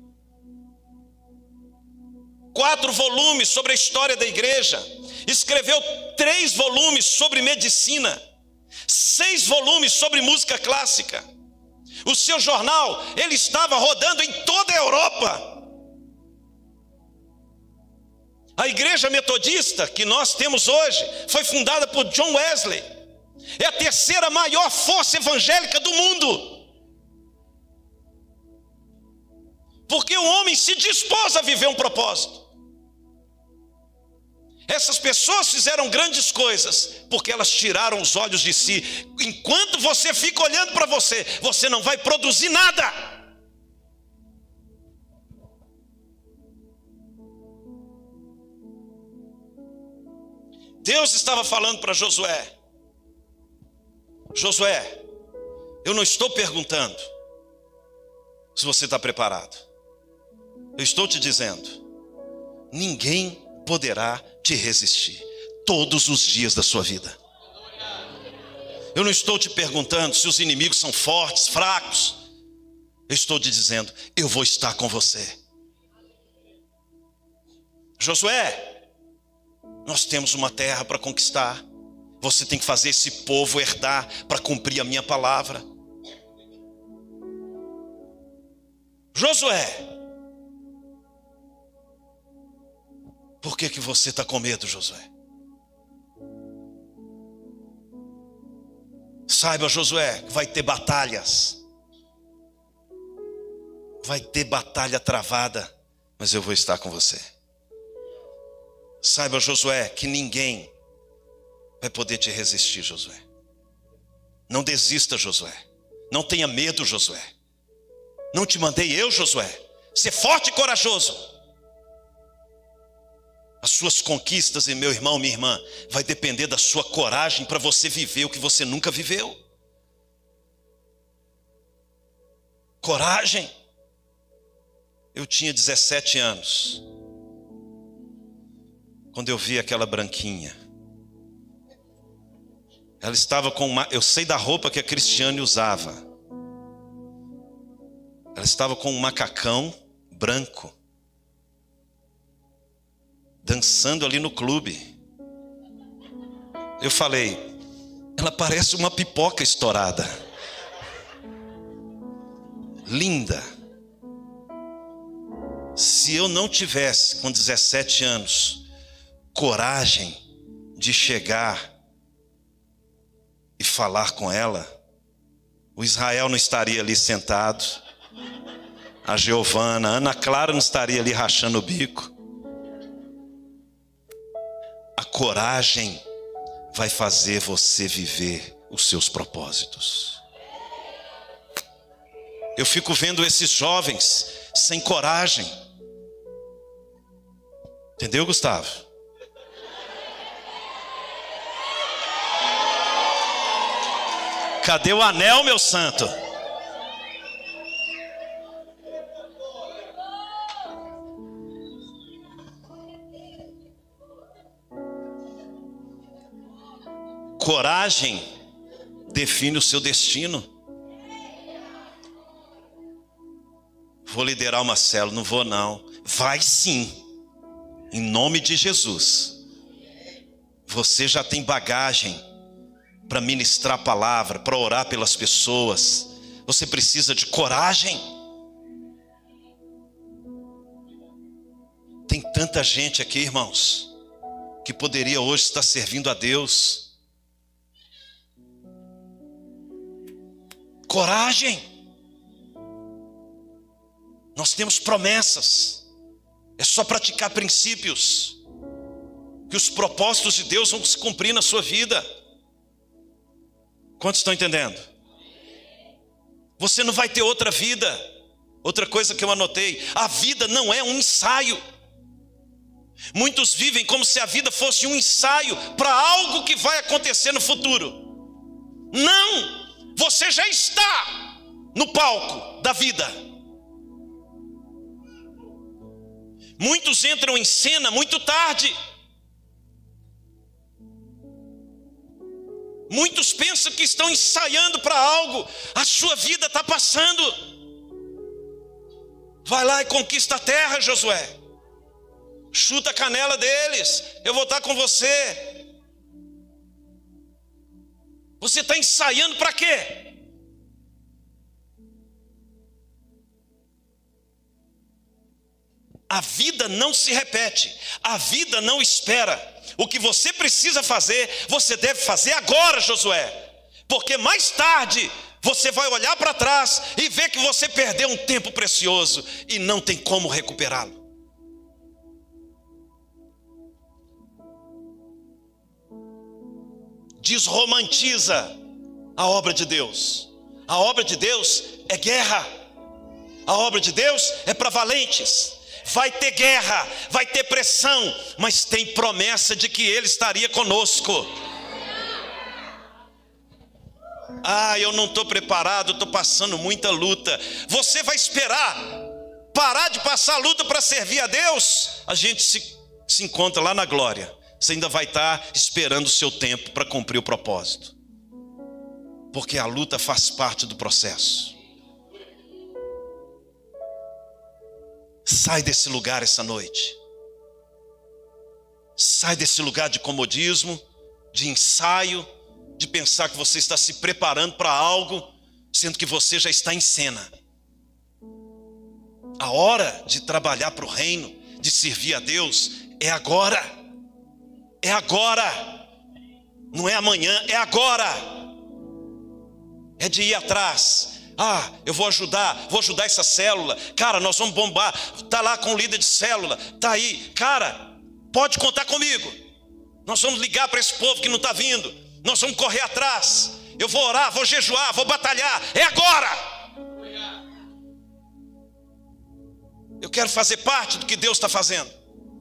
4 volumes sobre a história da igreja. Escreveu 3 volumes sobre medicina, 6 volumes sobre música clássica. O seu jornal, ele estava rodando em toda a Europa. A igreja metodista que nós temos hoje foi fundada por John Wesley. É a 3ª maior força evangélica do mundo. Porque o homem se dispôs a viver um propósito. Essas pessoas fizeram grandes coisas porque elas tiraram os olhos de si. Enquanto você fica olhando para você, você não vai produzir nada. Deus estava falando para Josué: Josué, eu não estou perguntando se você está preparado. Eu estou te dizendo, ninguém poderá te resistir todos os dias da sua vida. Eu não estou te perguntando se os inimigos são fortes, fracos. Eu estou te dizendo, eu vou estar com você. Josué, nós temos uma terra para conquistar. Você tem que fazer esse povo herdar para cumprir a minha palavra. Josué, por que você está com medo, Josué? Saiba, Josué, que vai ter batalhas. Vai ter batalha travada, mas eu vou estar com você. Saiba, Josué, que ninguém vai poder te resistir, Josué. Não desista, Josué. Não tenha medo, Josué. Não te mandei eu, Josué? Ser forte e corajoso. As suas conquistas, meu irmão, minha irmã, vai depender da sua coragem para você viver o que você nunca viveu. Coragem. Eu tinha 17 anos, quando eu vi aquela branquinha. Ela estava com eu sei da roupa que a Cristiane usava. Ela estava com um macacão branco, dançando ali no clube. Eu falei, ela parece uma pipoca estourada. Linda. Se eu não tivesse, com 17 anos, coragem de chegar e falar com ela, o Israel não estaria ali sentado, a Giovana, a Ana Clara não estaria ali rachando o bico. A coragem vai fazer você viver os seus propósitos. Eu fico vendo esses jovens sem coragem. Entendeu, Gustavo? Cadê o anel, meu santo? Coragem define o seu destino. Vou liderar uma célula, não vou não. Vai sim. Em nome de Jesus. Você já tem bagagem para ministrar a palavra, para orar pelas pessoas. Você precisa de coragem. Tem tanta gente aqui, irmãos, que poderia hoje estar servindo a Deus. Coragem. Nós temos promessas. É só praticar princípios, que os propósitos de Deus vão se cumprir na sua vida. Quantos estão entendendo? Você não vai ter outra vida. Outra coisa que eu anotei: a vida não é um ensaio. Muitos vivem como se a vida fosse um ensaio para algo que vai acontecer no futuro. Não! Você já está no palco da vida. Muitos entram em cena muito tarde. Muitos pensam que estão ensaiando para algo. A sua vida está passando. Vai lá e conquista a terra, Josué. Chuta a canela deles. Eu vou estar com você. Você está ensaiando para quê? A vida não se repete, a vida não espera. O que você precisa fazer, você deve fazer agora, Josué. Porque mais tarde você vai olhar para trás e ver que você perdeu um tempo precioso e não tem como recuperá-lo. Desromantiza a obra de Deus. A obra de Deus é guerra. A obra de Deus é para valentes. vai ter guerra, vai ter pressão, mas tem promessa de que Ele estaria conosco. Eu não estou preparado, estou passando muita luta. Você vai esperar parar de passar a luta para servir a Deus? A gente se encontra lá na glória. Você ainda vai estar esperando o seu tempo para cumprir o propósito, porque a luta faz parte do processo. Sai desse lugar essa noite. Sai desse lugar de comodismo, de ensaio, de pensar que você está se preparando para algo, sendo que você já está em cena. A hora de trabalhar para o reino, de servir a Deus, é agora. É agora. Não é amanhã, é agora. É de ir atrás. Eu vou ajudar essa célula. Cara, nós vamos bombar. Está lá com o líder de célula. Está aí. Cara, pode contar comigo. Nós vamos ligar para esse povo que não está vindo. Nós vamos correr atrás. Eu vou orar, vou jejuar, vou batalhar. É agora. Eu quero fazer parte do que Deus está fazendo.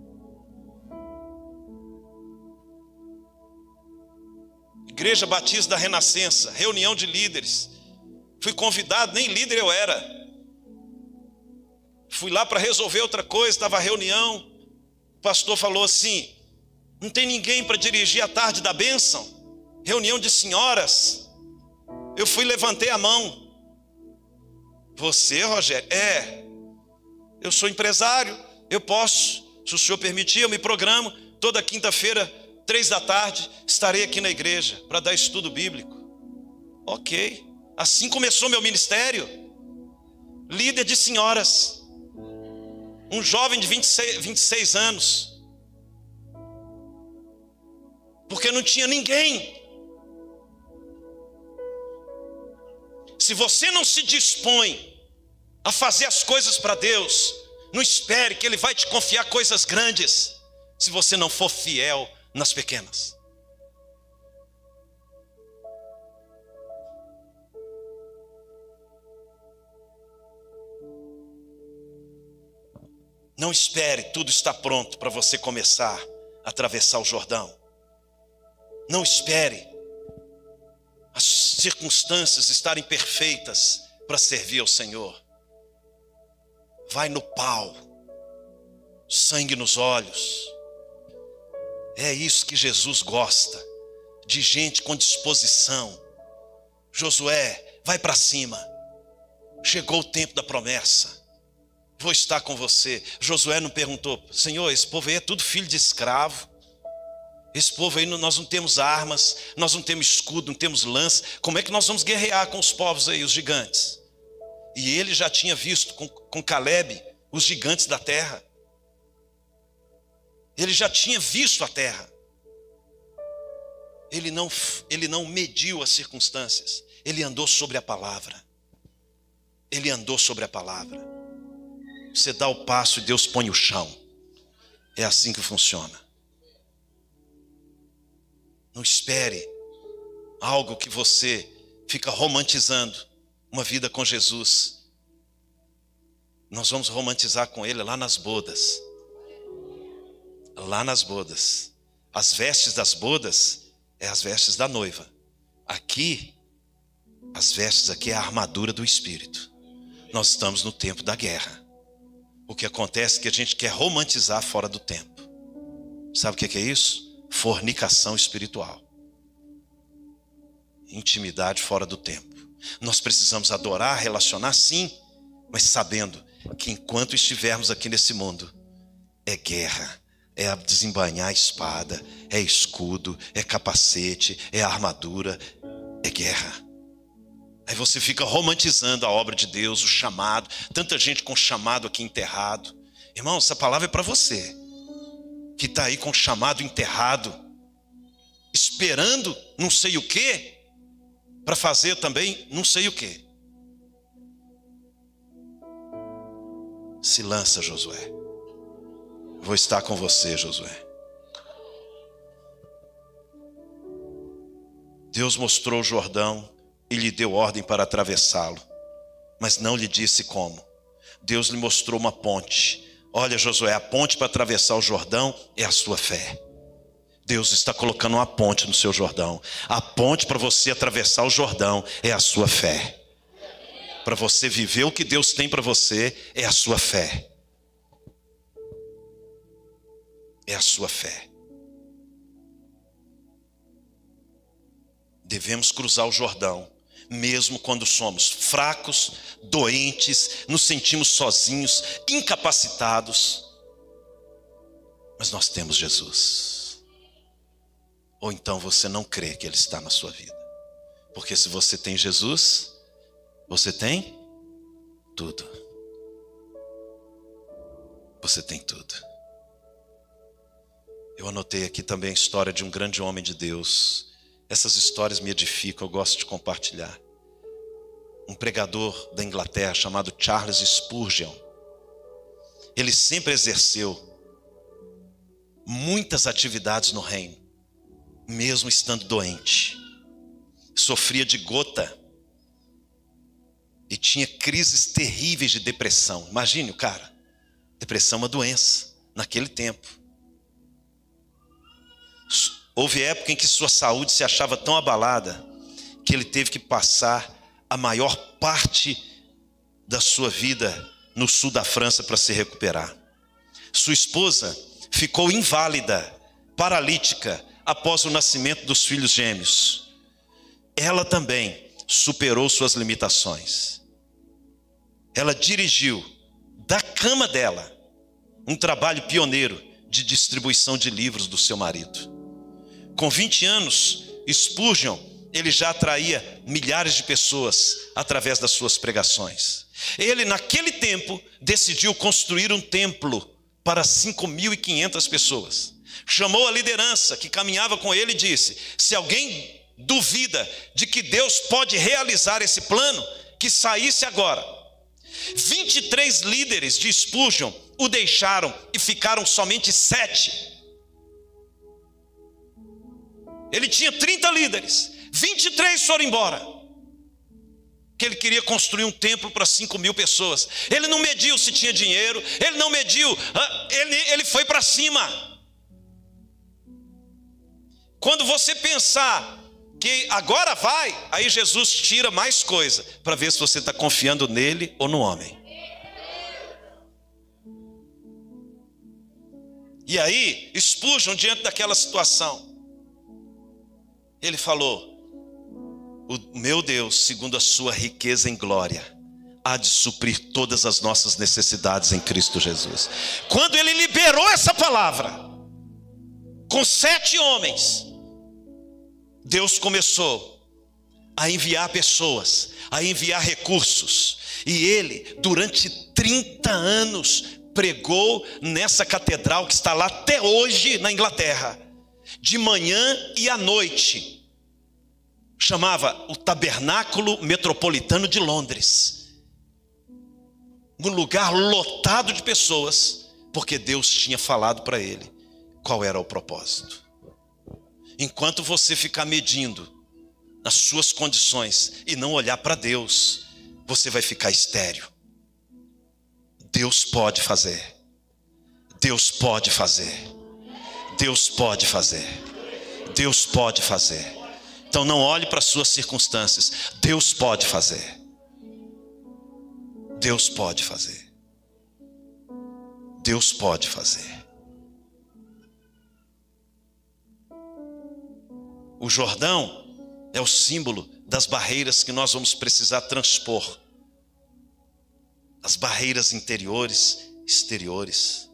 Igreja Batista da Renascença, reunião de líderes. Fui convidado, nem líder eu era. Fui lá para resolver outra coisa, estava a reunião. O pastor falou assim: não tem ninguém para dirigir a tarde da bênção? Reunião de senhoras. Eu fui, levantei a mão. Você, Rogério? Eu sou empresário, eu posso. Se o senhor permitir, eu me programo. Toda quinta-feira, 3 da tarde, estarei aqui na igreja para dar estudo bíblico. Ok. Assim começou meu ministério. Líder de senhoras. Um jovem de 26 anos. Porque não tinha ninguém. Se você não se dispõe a fazer as coisas para Deus, não espere que Ele vai te confiar coisas grandes, se você não for fiel nas pequenas. Não espere tudo estar pronto para você começar a atravessar o Jordão. Não espere as circunstâncias estarem perfeitas para servir ao Senhor. Vai no pau, sangue nos olhos. É isso que Jesus gosta, de gente com disposição. Josué, vai para cima. Chegou o tempo da promessa. Vou estar com você. Josué não perguntou: Senhor, esse povo aí é tudo filho de escravo. Esse povo aí, nós não temos armas, nós não temos escudo, não temos lança. Como é que nós vamos guerrear com os povos aí, os gigantes? E ele já tinha visto com Caleb os gigantes da terra. Ele já tinha visto a terra. Ele não mediu as circunstâncias. Ele andou sobre a palavra. Ele andou sobre a palavra. Você dá o passo e Deus põe o chão. É assim que funciona. Não espere algo que você fica romantizando, uma vida com Jesus. Nós vamos romantizar com Ele lá nas bodas. Lá nas bodas. As vestes das bodas é as vestes da noiva. Aqui, as vestes aqui é a armadura do Espírito. Nós estamos no tempo da guerra. O que acontece é que a gente quer romantizar fora do tempo. Sabe o que é isso? Fornicação espiritual. Intimidade fora do tempo. Nós precisamos adorar, relacionar, sim, mas sabendo que enquanto estivermos aqui nesse mundo, é guerra, é desembainhar a espada, é escudo, é capacete, é armadura, é guerra. Aí você fica romantizando a obra de Deus, o chamado. Tanta gente com chamado aqui enterrado. Irmão, essa palavra é para você que está aí com o chamado enterrado, esperando não sei o quê, para fazer também não sei o quê. Se lança, Josué. Vou estar com você, Josué. Deus mostrou o Jordão e lhe deu ordem para atravessá-lo, mas não lhe disse como. Deus lhe mostrou uma ponte. Olha, Josué, a ponte para atravessar o Jordão é a sua fé. Deus está colocando uma ponte no seu Jordão. A ponte para você atravessar o Jordão é a sua fé. Para você viver o que Deus tem para você é a sua fé. É a sua fé. Devemos cruzar o Jordão, mesmo quando somos fracos, doentes, nos sentimos sozinhos, incapacitados. Mas nós temos Jesus. Ou então você não crê que Ele está na sua vida. Porque se você tem Jesus, você tem tudo. Você tem tudo. Eu anotei aqui também a história de um grande homem de Deus. Essas histórias me edificam, eu gosto de compartilhar. Um pregador da Inglaterra chamado Charles Spurgeon. Ele sempre exerceu muitas atividades no reino, mesmo estando doente. Sofria de gota e tinha crises terríveis de depressão. Imagine o cara, depressão é uma doença naquele tempo. Houve época em que sua saúde se achava tão abalada que ele teve que passar a maior parte da sua vida no sul da França para se recuperar. Sua esposa ficou inválida, paralítica, após o nascimento dos filhos gêmeos. Ela também superou suas limitações. Ela dirigiu da cama dela um trabalho pioneiro de distribuição de livros do seu marido. Com 20 anos, Spurgeon, ele já atraía milhares de pessoas através das suas pregações. Ele, naquele tempo, decidiu construir um templo para 5.500 pessoas. Chamou a liderança que caminhava com ele e disse: se alguém duvida de que Deus pode realizar esse plano, que saísse agora. 23 líderes de Spurgeon o deixaram e ficaram somente 7. Ele tinha 30 líderes, 23 foram embora. Que ele queria construir um templo para 5.000 pessoas. Ele não mediu se tinha dinheiro, ele não mediu, ele foi para cima. Quando você pensar que agora vai, aí Jesus tira mais coisa, para ver se você está confiando nele ou no homem. E aí, Spurgeon, diante daquela situação, ele falou: o meu Deus, segundo a sua riqueza em glória, há de suprir todas as nossas necessidades em Cristo Jesus. Quando ele liberou essa palavra, com 7 homens, Deus começou a enviar pessoas, a enviar recursos. E ele, durante 30 anos, pregou nessa catedral que está lá até hoje na Inglaterra, de manhã e à noite. Chamava o Tabernáculo Metropolitano de Londres. Um lugar lotado de pessoas, porque Deus tinha falado para ele qual era o propósito. Enquanto você ficar medindo nas suas condições e não olhar para Deus, você vai ficar estéril. Deus pode fazer. Deus pode fazer. Deus pode fazer. Deus pode fazer. Então não olhe para as suas circunstâncias. Deus pode fazer. Deus pode fazer. Deus pode fazer. O Jordão é o símbolo das barreiras que nós vamos precisar transpor. As barreiras interiores, exteriores.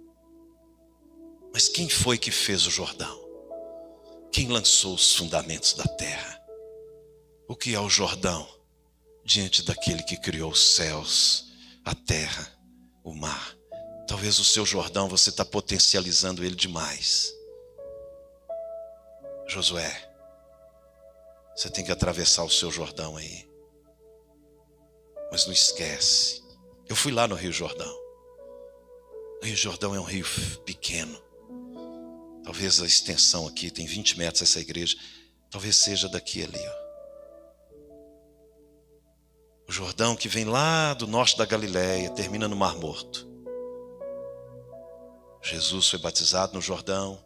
Mas quem foi que fez o Jordão? Quem lançou os fundamentos da terra? O que é o Jordão diante daquele que criou os céus, a terra, o mar? Talvez o seu Jordão você está potencializando ele demais. Josué, você tem que atravessar o seu Jordão aí. Mas não esquece. Eu fui lá no Rio Jordão. O Rio Jordão é um rio pequeno. Talvez a extensão aqui, tem 20 metros essa igreja, talvez seja daqui ali, ó. O Jordão que vem lá do norte da Galileia, termina no Mar Morto. Jesus foi batizado no Jordão.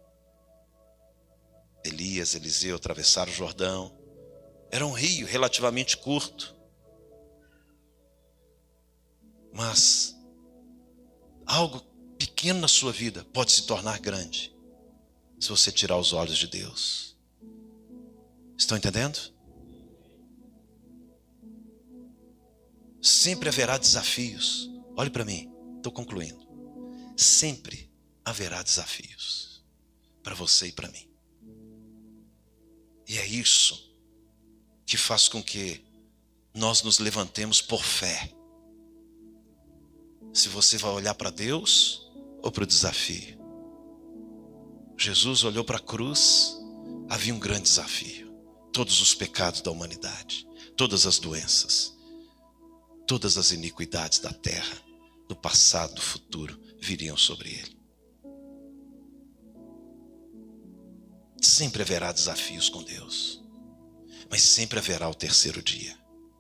Elias, Eliseu atravessaram o Jordão. Era um rio relativamente curto. Mas algo pequeno na sua vida pode se tornar grande se você tirar os olhos de Deus. Estão entendendo? Sempre haverá desafios. Olhe para mim, estou concluindo. Sempre haverá desafios para você e para mim. E é isso que faz com que nós nos levantemos por fé. Se você vai olhar para Deus ou para o desafio. Jesus olhou para a cruz, havia um grande desafio. Todos os pecados da humanidade, todas as doenças, todas as iniquidades da terra, do passado, do futuro, viriam sobre ele. Sempre haverá desafios com Deus, mas sempre haverá o terceiro dia.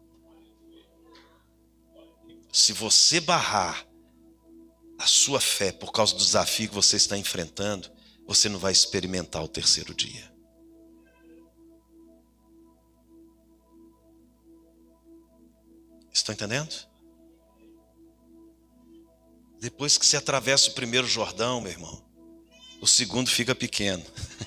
Se você barrar a sua fé por causa do desafio que você está enfrentando, você não vai experimentar o terceiro dia. Estão entendendo? Depois que você atravessa o primeiro Jordão, meu irmão, o segundo fica pequeno.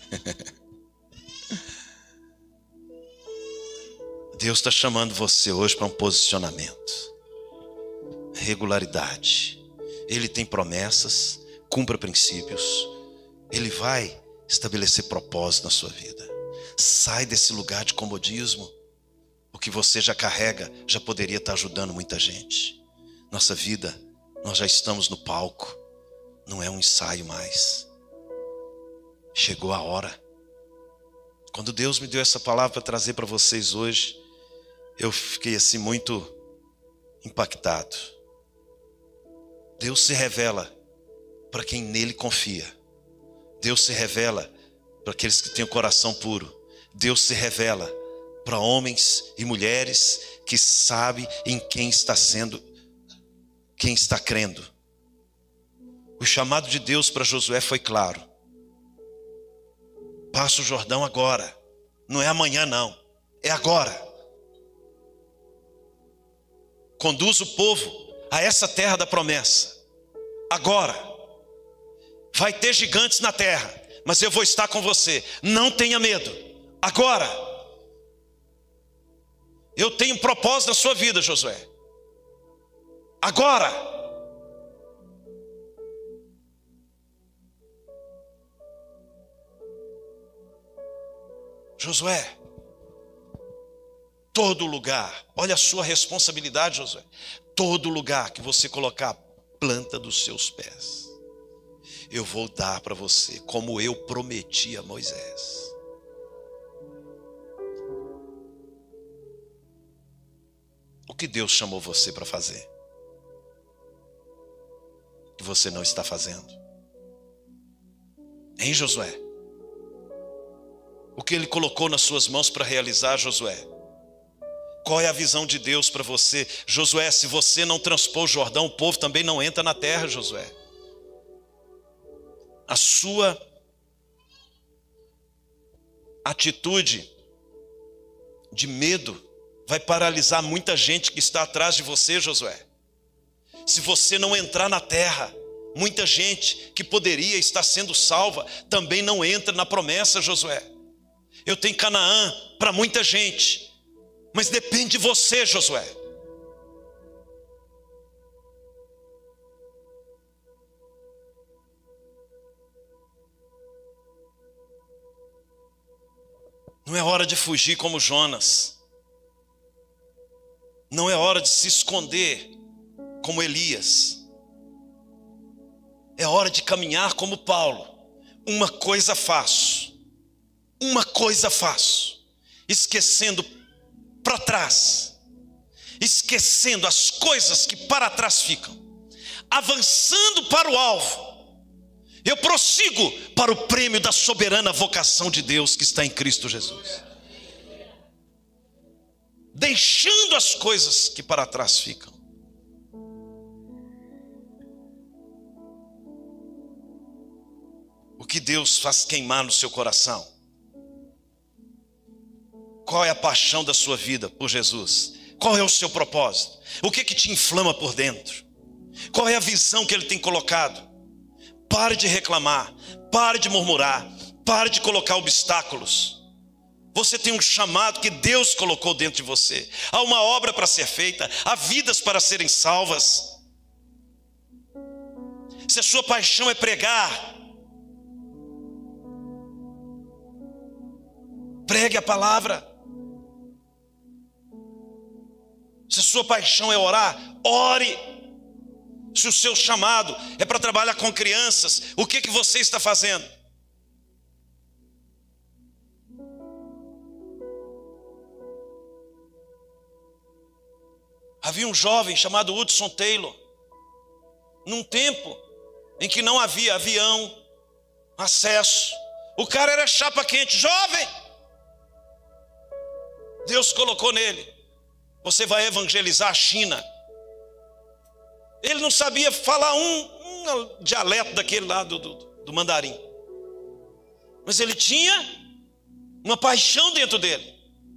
Deus está chamando você hoje para um posicionamento. Regularidade. Ele tem promessas, cumpra princípios. Ele vai estabelecer propósito na sua vida. Sai desse lugar de comodismo. O que você já carrega já poderia estar ajudando muita gente. Nossa vida, nós já estamos no palco. Não é um ensaio mais. Chegou a hora. Quando Deus me deu essa palavra para trazer para vocês hoje, eu fiquei assim muito impactado. Deus se revela para quem nele confia. Deus se revela para aqueles que têm o coração puro. Deus se revela para homens e mulheres que sabem em quem está crendo. O chamado de Deus para Josué foi claro. Passa o Jordão agora. Não é amanhã não, é agora. Conduz o povo a essa terra da promessa. Agora. Vai ter gigantes na terra, mas eu vou estar com você. Não tenha medo. Agora. Eu tenho um propósito na sua vida, Josué. Agora. Josué. Todo lugar. Olha a sua responsabilidade, Josué. Todo lugar que você colocar a planta dos seus pés, eu vou dar para você, como eu prometi a Moisés. O que Deus chamou você para fazer, que você não está fazendo? Hein, Josué? O que Ele colocou nas suas mãos para realizar, Josué? Qual é a visão de Deus para você? Josué, se você não transpor o Jordão, o povo também não entra na terra, Josué. A sua atitude de medo vai paralisar muita gente que está atrás de você, Josué. Se você não entrar na terra, muita gente que poderia estar sendo salva também não entra na promessa, Josué. Eu tenho Canaã para muita gente, mas depende de você, Josué. Não é hora de fugir como Jonas. Não é hora de se esconder como Elias. É hora de caminhar como Paulo. Uma coisa faço. Esquecendo para trás. Esquecendo as coisas que para trás ficam. Avançando para o alvo. Eu prossigo para o prêmio da soberana vocação de Deus que está em Cristo Jesus. Deixando as coisas que para trás ficam. que Deus faz queimar no seu coração? Qual é a paixão da sua vida por Jesus? Qual é o seu propósito? O que te inflama por dentro? Qual é a visão que Ele tem colocado? Pare de reclamar, pare de murmurar, pare de colocar obstáculos. Você tem um chamado que Deus colocou dentro de você. Há uma obra para ser feita, há vidas para serem salvas. Se a sua paixão é pregar, pregue a palavra. Se a sua paixão é orar, ore. Se o seu chamado é para trabalhar com crianças, o que você está fazendo? Havia um jovem chamado Hudson Taylor, num tempo em que não havia avião, acesso. O cara era chapa quente, jovem. Deus colocou nele: você vai evangelizar a China. Ele não sabia falar um dialeto daquele lá do mandarim, mas ele tinha uma paixão dentro dele.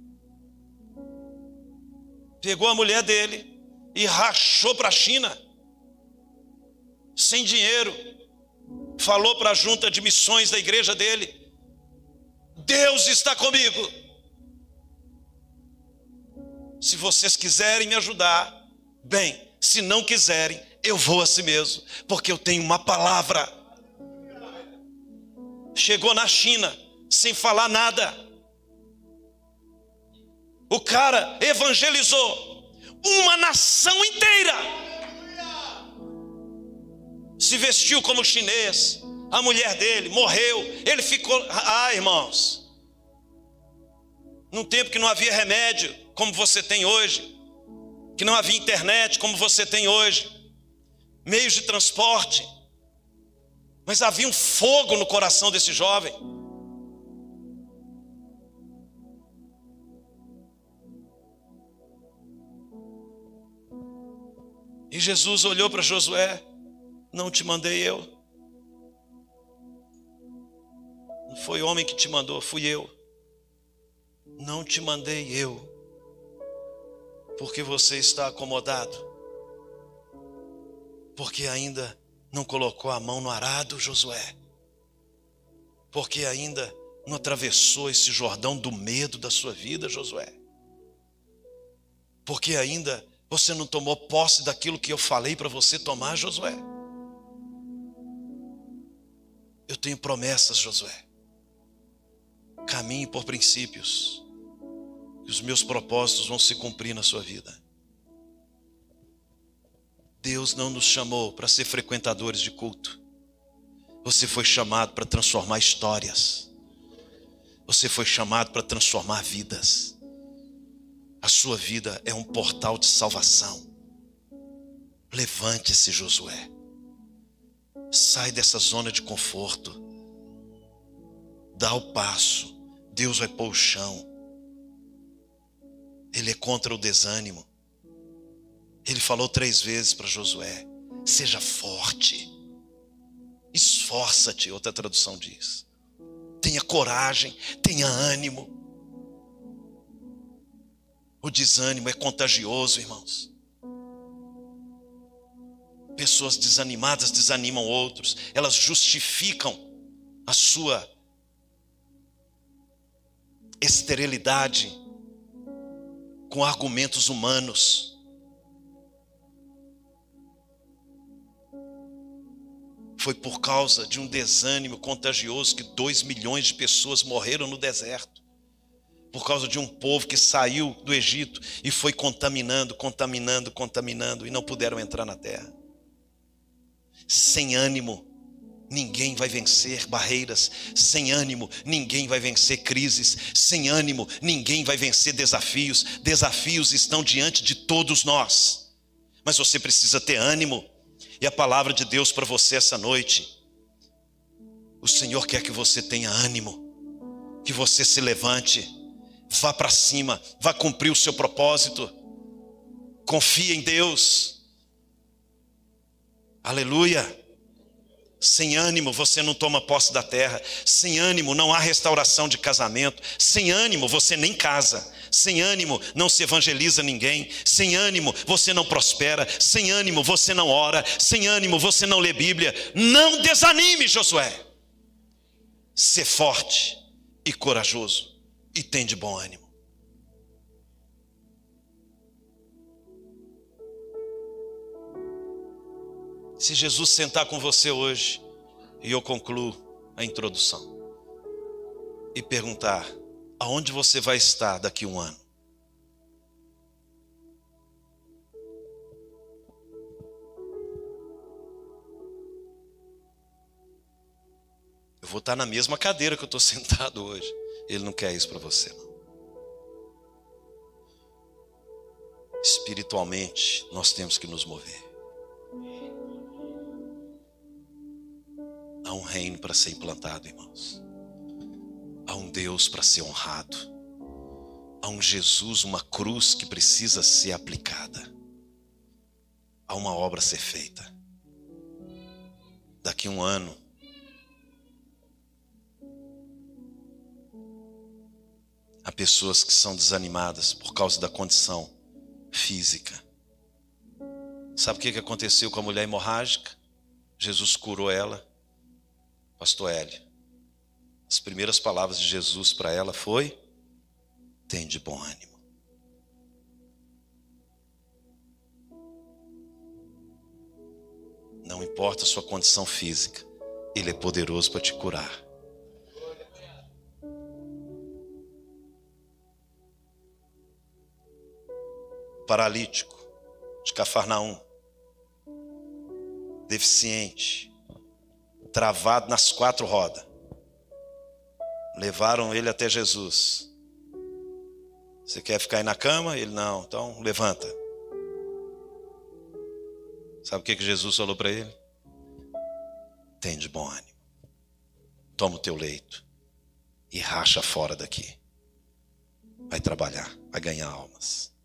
Pegou a mulher dele e rachou para a China, sem dinheiro. Falou para a junta de missões da igreja dele: Deus está comigo. Se vocês quiserem me ajudar, bem. Se não quiserem, eu vou a si mesmo, porque eu tenho uma palavra. Chegou na China, sem falar nada. O cara evangelizou uma nação inteira. Se vestiu como chinês. A mulher dele morreu. Ele ficou... irmãos, num tempo que não havia remédio como você tem hoje, que não havia internet como você tem hoje, meios de transporte, mas havia um fogo no coração desse jovem. E Jesus olhou para Josué: não te mandei eu? Não foi homem que te mandou, fui eu. Não te mandei eu, porque você está acomodado, porque ainda não colocou a mão no arado, Josué, porque ainda não atravessou esse Jordão do medo da sua vida, Josué, porque ainda você não tomou posse daquilo que eu falei para você tomar, Josué. Eu tenho promessas, Josué. Caminhe por princípios, e os meus propósitos vão se cumprir na sua vida. Deus não nos chamou para ser frequentadores de culto. Você foi chamado para transformar histórias. Você foi chamado para transformar vidas. A sua vida é um portal de salvação. Levante-se, Josué. Sai dessa zona de conforto. Dá o passo. Deus vai pôr o chão. Ele é contra o desânimo. Ele falou 3 vezes para Josué: seja forte, esforça-te, outra tradução diz. Tenha coragem, tenha ânimo. O desânimo é contagioso, irmãos. Pessoas desanimadas desanimam outros. Elas justificam a sua esterilidade com argumentos humanos. Foi por causa de um desânimo contagioso que 2 milhões de pessoas morreram no deserto. Por causa de um povo que saiu do Egito e foi contaminando e não puderam entrar na terra. Sem ânimo, ninguém vai vencer barreiras. Sem ânimo, ninguém vai vencer crises. Sem ânimo, ninguém vai vencer desafios. Desafios estão diante de todos nós, mas você precisa ter ânimo. E a palavra de Deus para você essa noite: o Senhor quer que você tenha ânimo, que você se levante, vá para cima, vá cumprir o seu propósito. Confie em Deus. Aleluia. Sem ânimo você não toma posse da terra. Sem ânimo não há restauração de casamento. Sem ânimo você nem casa. Sem ânimo não se evangeliza ninguém. Sem ânimo você não prospera. Sem ânimo você não ora. Sem ânimo você não lê Bíblia. Não desanime, Josué. Ser forte e corajoso e tem de bom ânimo. Se Jesus sentar com você hoje, e eu concluo a introdução, e perguntar, aonde você vai estar daqui a um ano? Eu vou estar na mesma cadeira que eu estou sentado hoje. Ele não quer isso para você, não. Espiritualmente, nós temos que nos mover. Há um reino para ser implantado, irmãos. Há um Deus para ser honrado. Há um Jesus, uma cruz que precisa ser aplicada. Há uma obra a ser feita. Daqui a um ano, há pessoas que são desanimadas por causa da condição física. Sabe o que aconteceu com a mulher hemorrágica? Jesus curou ela. Pastor Hélio, as primeiras palavras de Jesus para ela foi: tem de bom ânimo. Não importa a sua condição física, Ele é poderoso para te curar. Paralítico de Cafarnaum, deficiente, travado nas 4 rodas, levaram ele até Jesus. Você quer ficar aí na cama? Ele: não, então levanta. Sabe o que Jesus falou para ele? Tem de bom ânimo, toma o teu leito e racha fora daqui. Vai trabalhar, vai ganhar almas.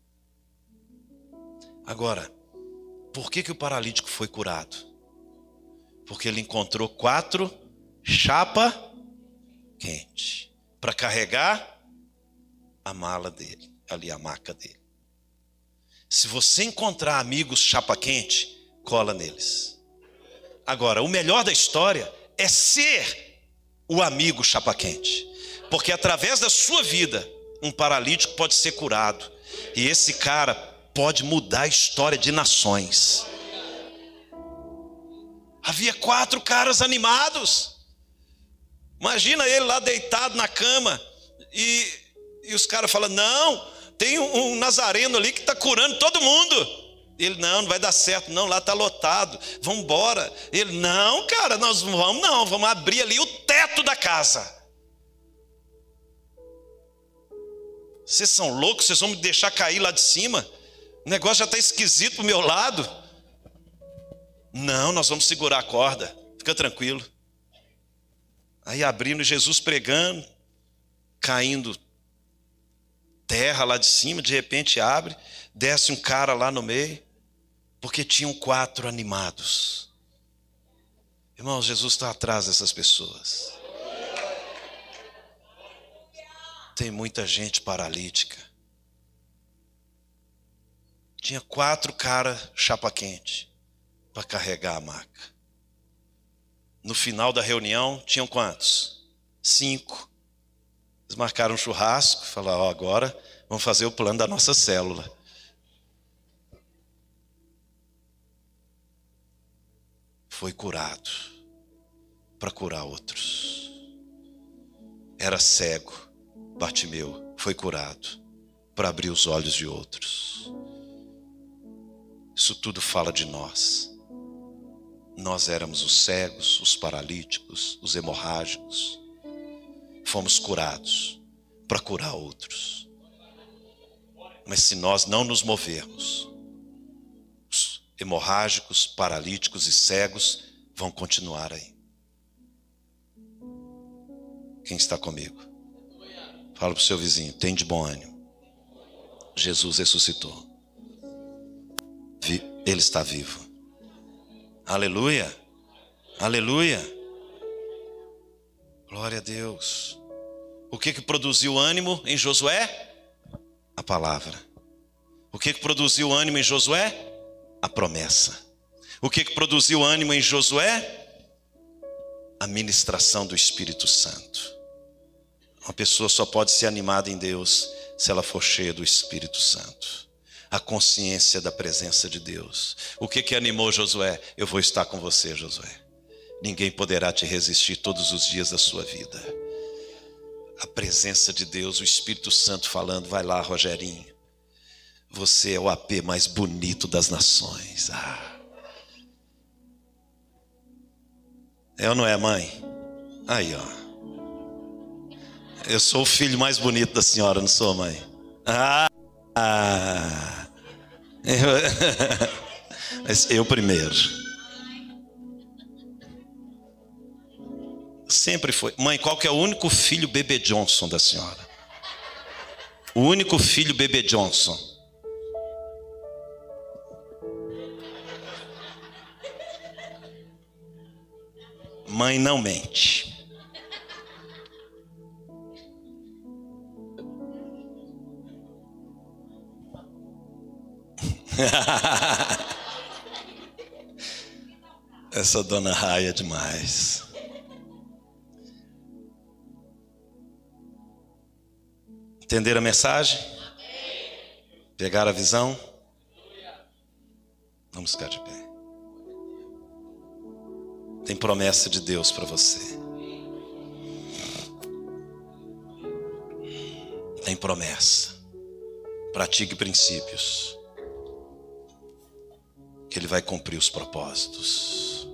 Agora, por que o paralítico foi curado? Porque ele encontrou 4 chapa quente para carregar a mala dele, ali a maca dele. Se você encontrar amigos chapa quente, cola neles. Agora, o melhor da história é ser o amigo chapa quente, porque através da sua vida um paralítico pode ser curado, e esse cara pode mudar a história de nações. Havia 4 caras animados. Imagina ele lá deitado na cama, e os caras falam: não, tem um nazareno ali que está curando todo mundo. Ele: não vai dar certo, não, lá está lotado, vamos embora. Ele: não, cara, nós não vamos abrir ali o teto da casa. Vocês são loucos, vocês vão me deixar cair lá de cima? O negócio já está esquisito para o meu lado. Não, nós vamos segurar a corda, fica tranquilo. Aí abrindo, Jesus pregando, caindo terra lá de cima, de repente abre, desce um cara lá no meio, porque tinham 4 animados. Irmãos, Jesus está atrás dessas pessoas. Tem muita gente paralítica. Tinha 4 caras chapa quente para carregar a maca. No final da reunião, tinham quantos? 5. Eles marcaram um churrasco, falaram: agora vamos fazer o plano da nossa célula. Foi curado para curar outros. Era cego, Bartimeu, foi curado para abrir os olhos de outros. Isso tudo fala de nós. Nós éramos os cegos, os paralíticos, os hemorrágicos. Fomos curados para curar outros. Mas se nós não nos movermos, os hemorrágicos, paralíticos e cegos vão continuar aí. Quem está comigo? Fala para o seu vizinho: tem de bom ânimo. Jesus ressuscitou. Ele está vivo. Aleluia. Aleluia. Glória a Deus. O que produziu ânimo em Josué? A palavra. O que produziu ânimo em Josué? A promessa. O que produziu ânimo em Josué? A ministração do Espírito Santo. Uma pessoa só pode ser animada em Deus se ela for cheia do Espírito Santo. A consciência da presença de Deus. O que animou Josué? Eu vou estar com você, Josué. Ninguém poderá te resistir todos os dias da sua vida. A presença de Deus, o Espírito Santo falando, vai lá, Rogerinho. Você é o AP mais bonito das nações. É ou não é, mãe? Aí, ó. Eu sou o filho mais bonito da senhora, não sou, mãe? Eu primeiro. Sempre foi. Mãe, qual que é o único filho Bebê Johnson da senhora? O único filho Bebê Johnson. Mãe não mente. Essa dona Raia é demais. Entenderam a mensagem? Pegaram a visão? Vamos ficar de pé. Tem promessa de Deus para você. Tem promessa. Pratique princípios, que Ele vai cumprir os propósitos.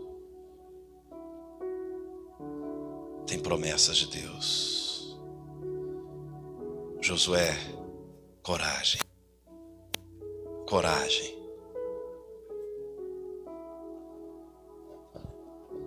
Tem promessas de Deus. Josué, coragem. Coragem.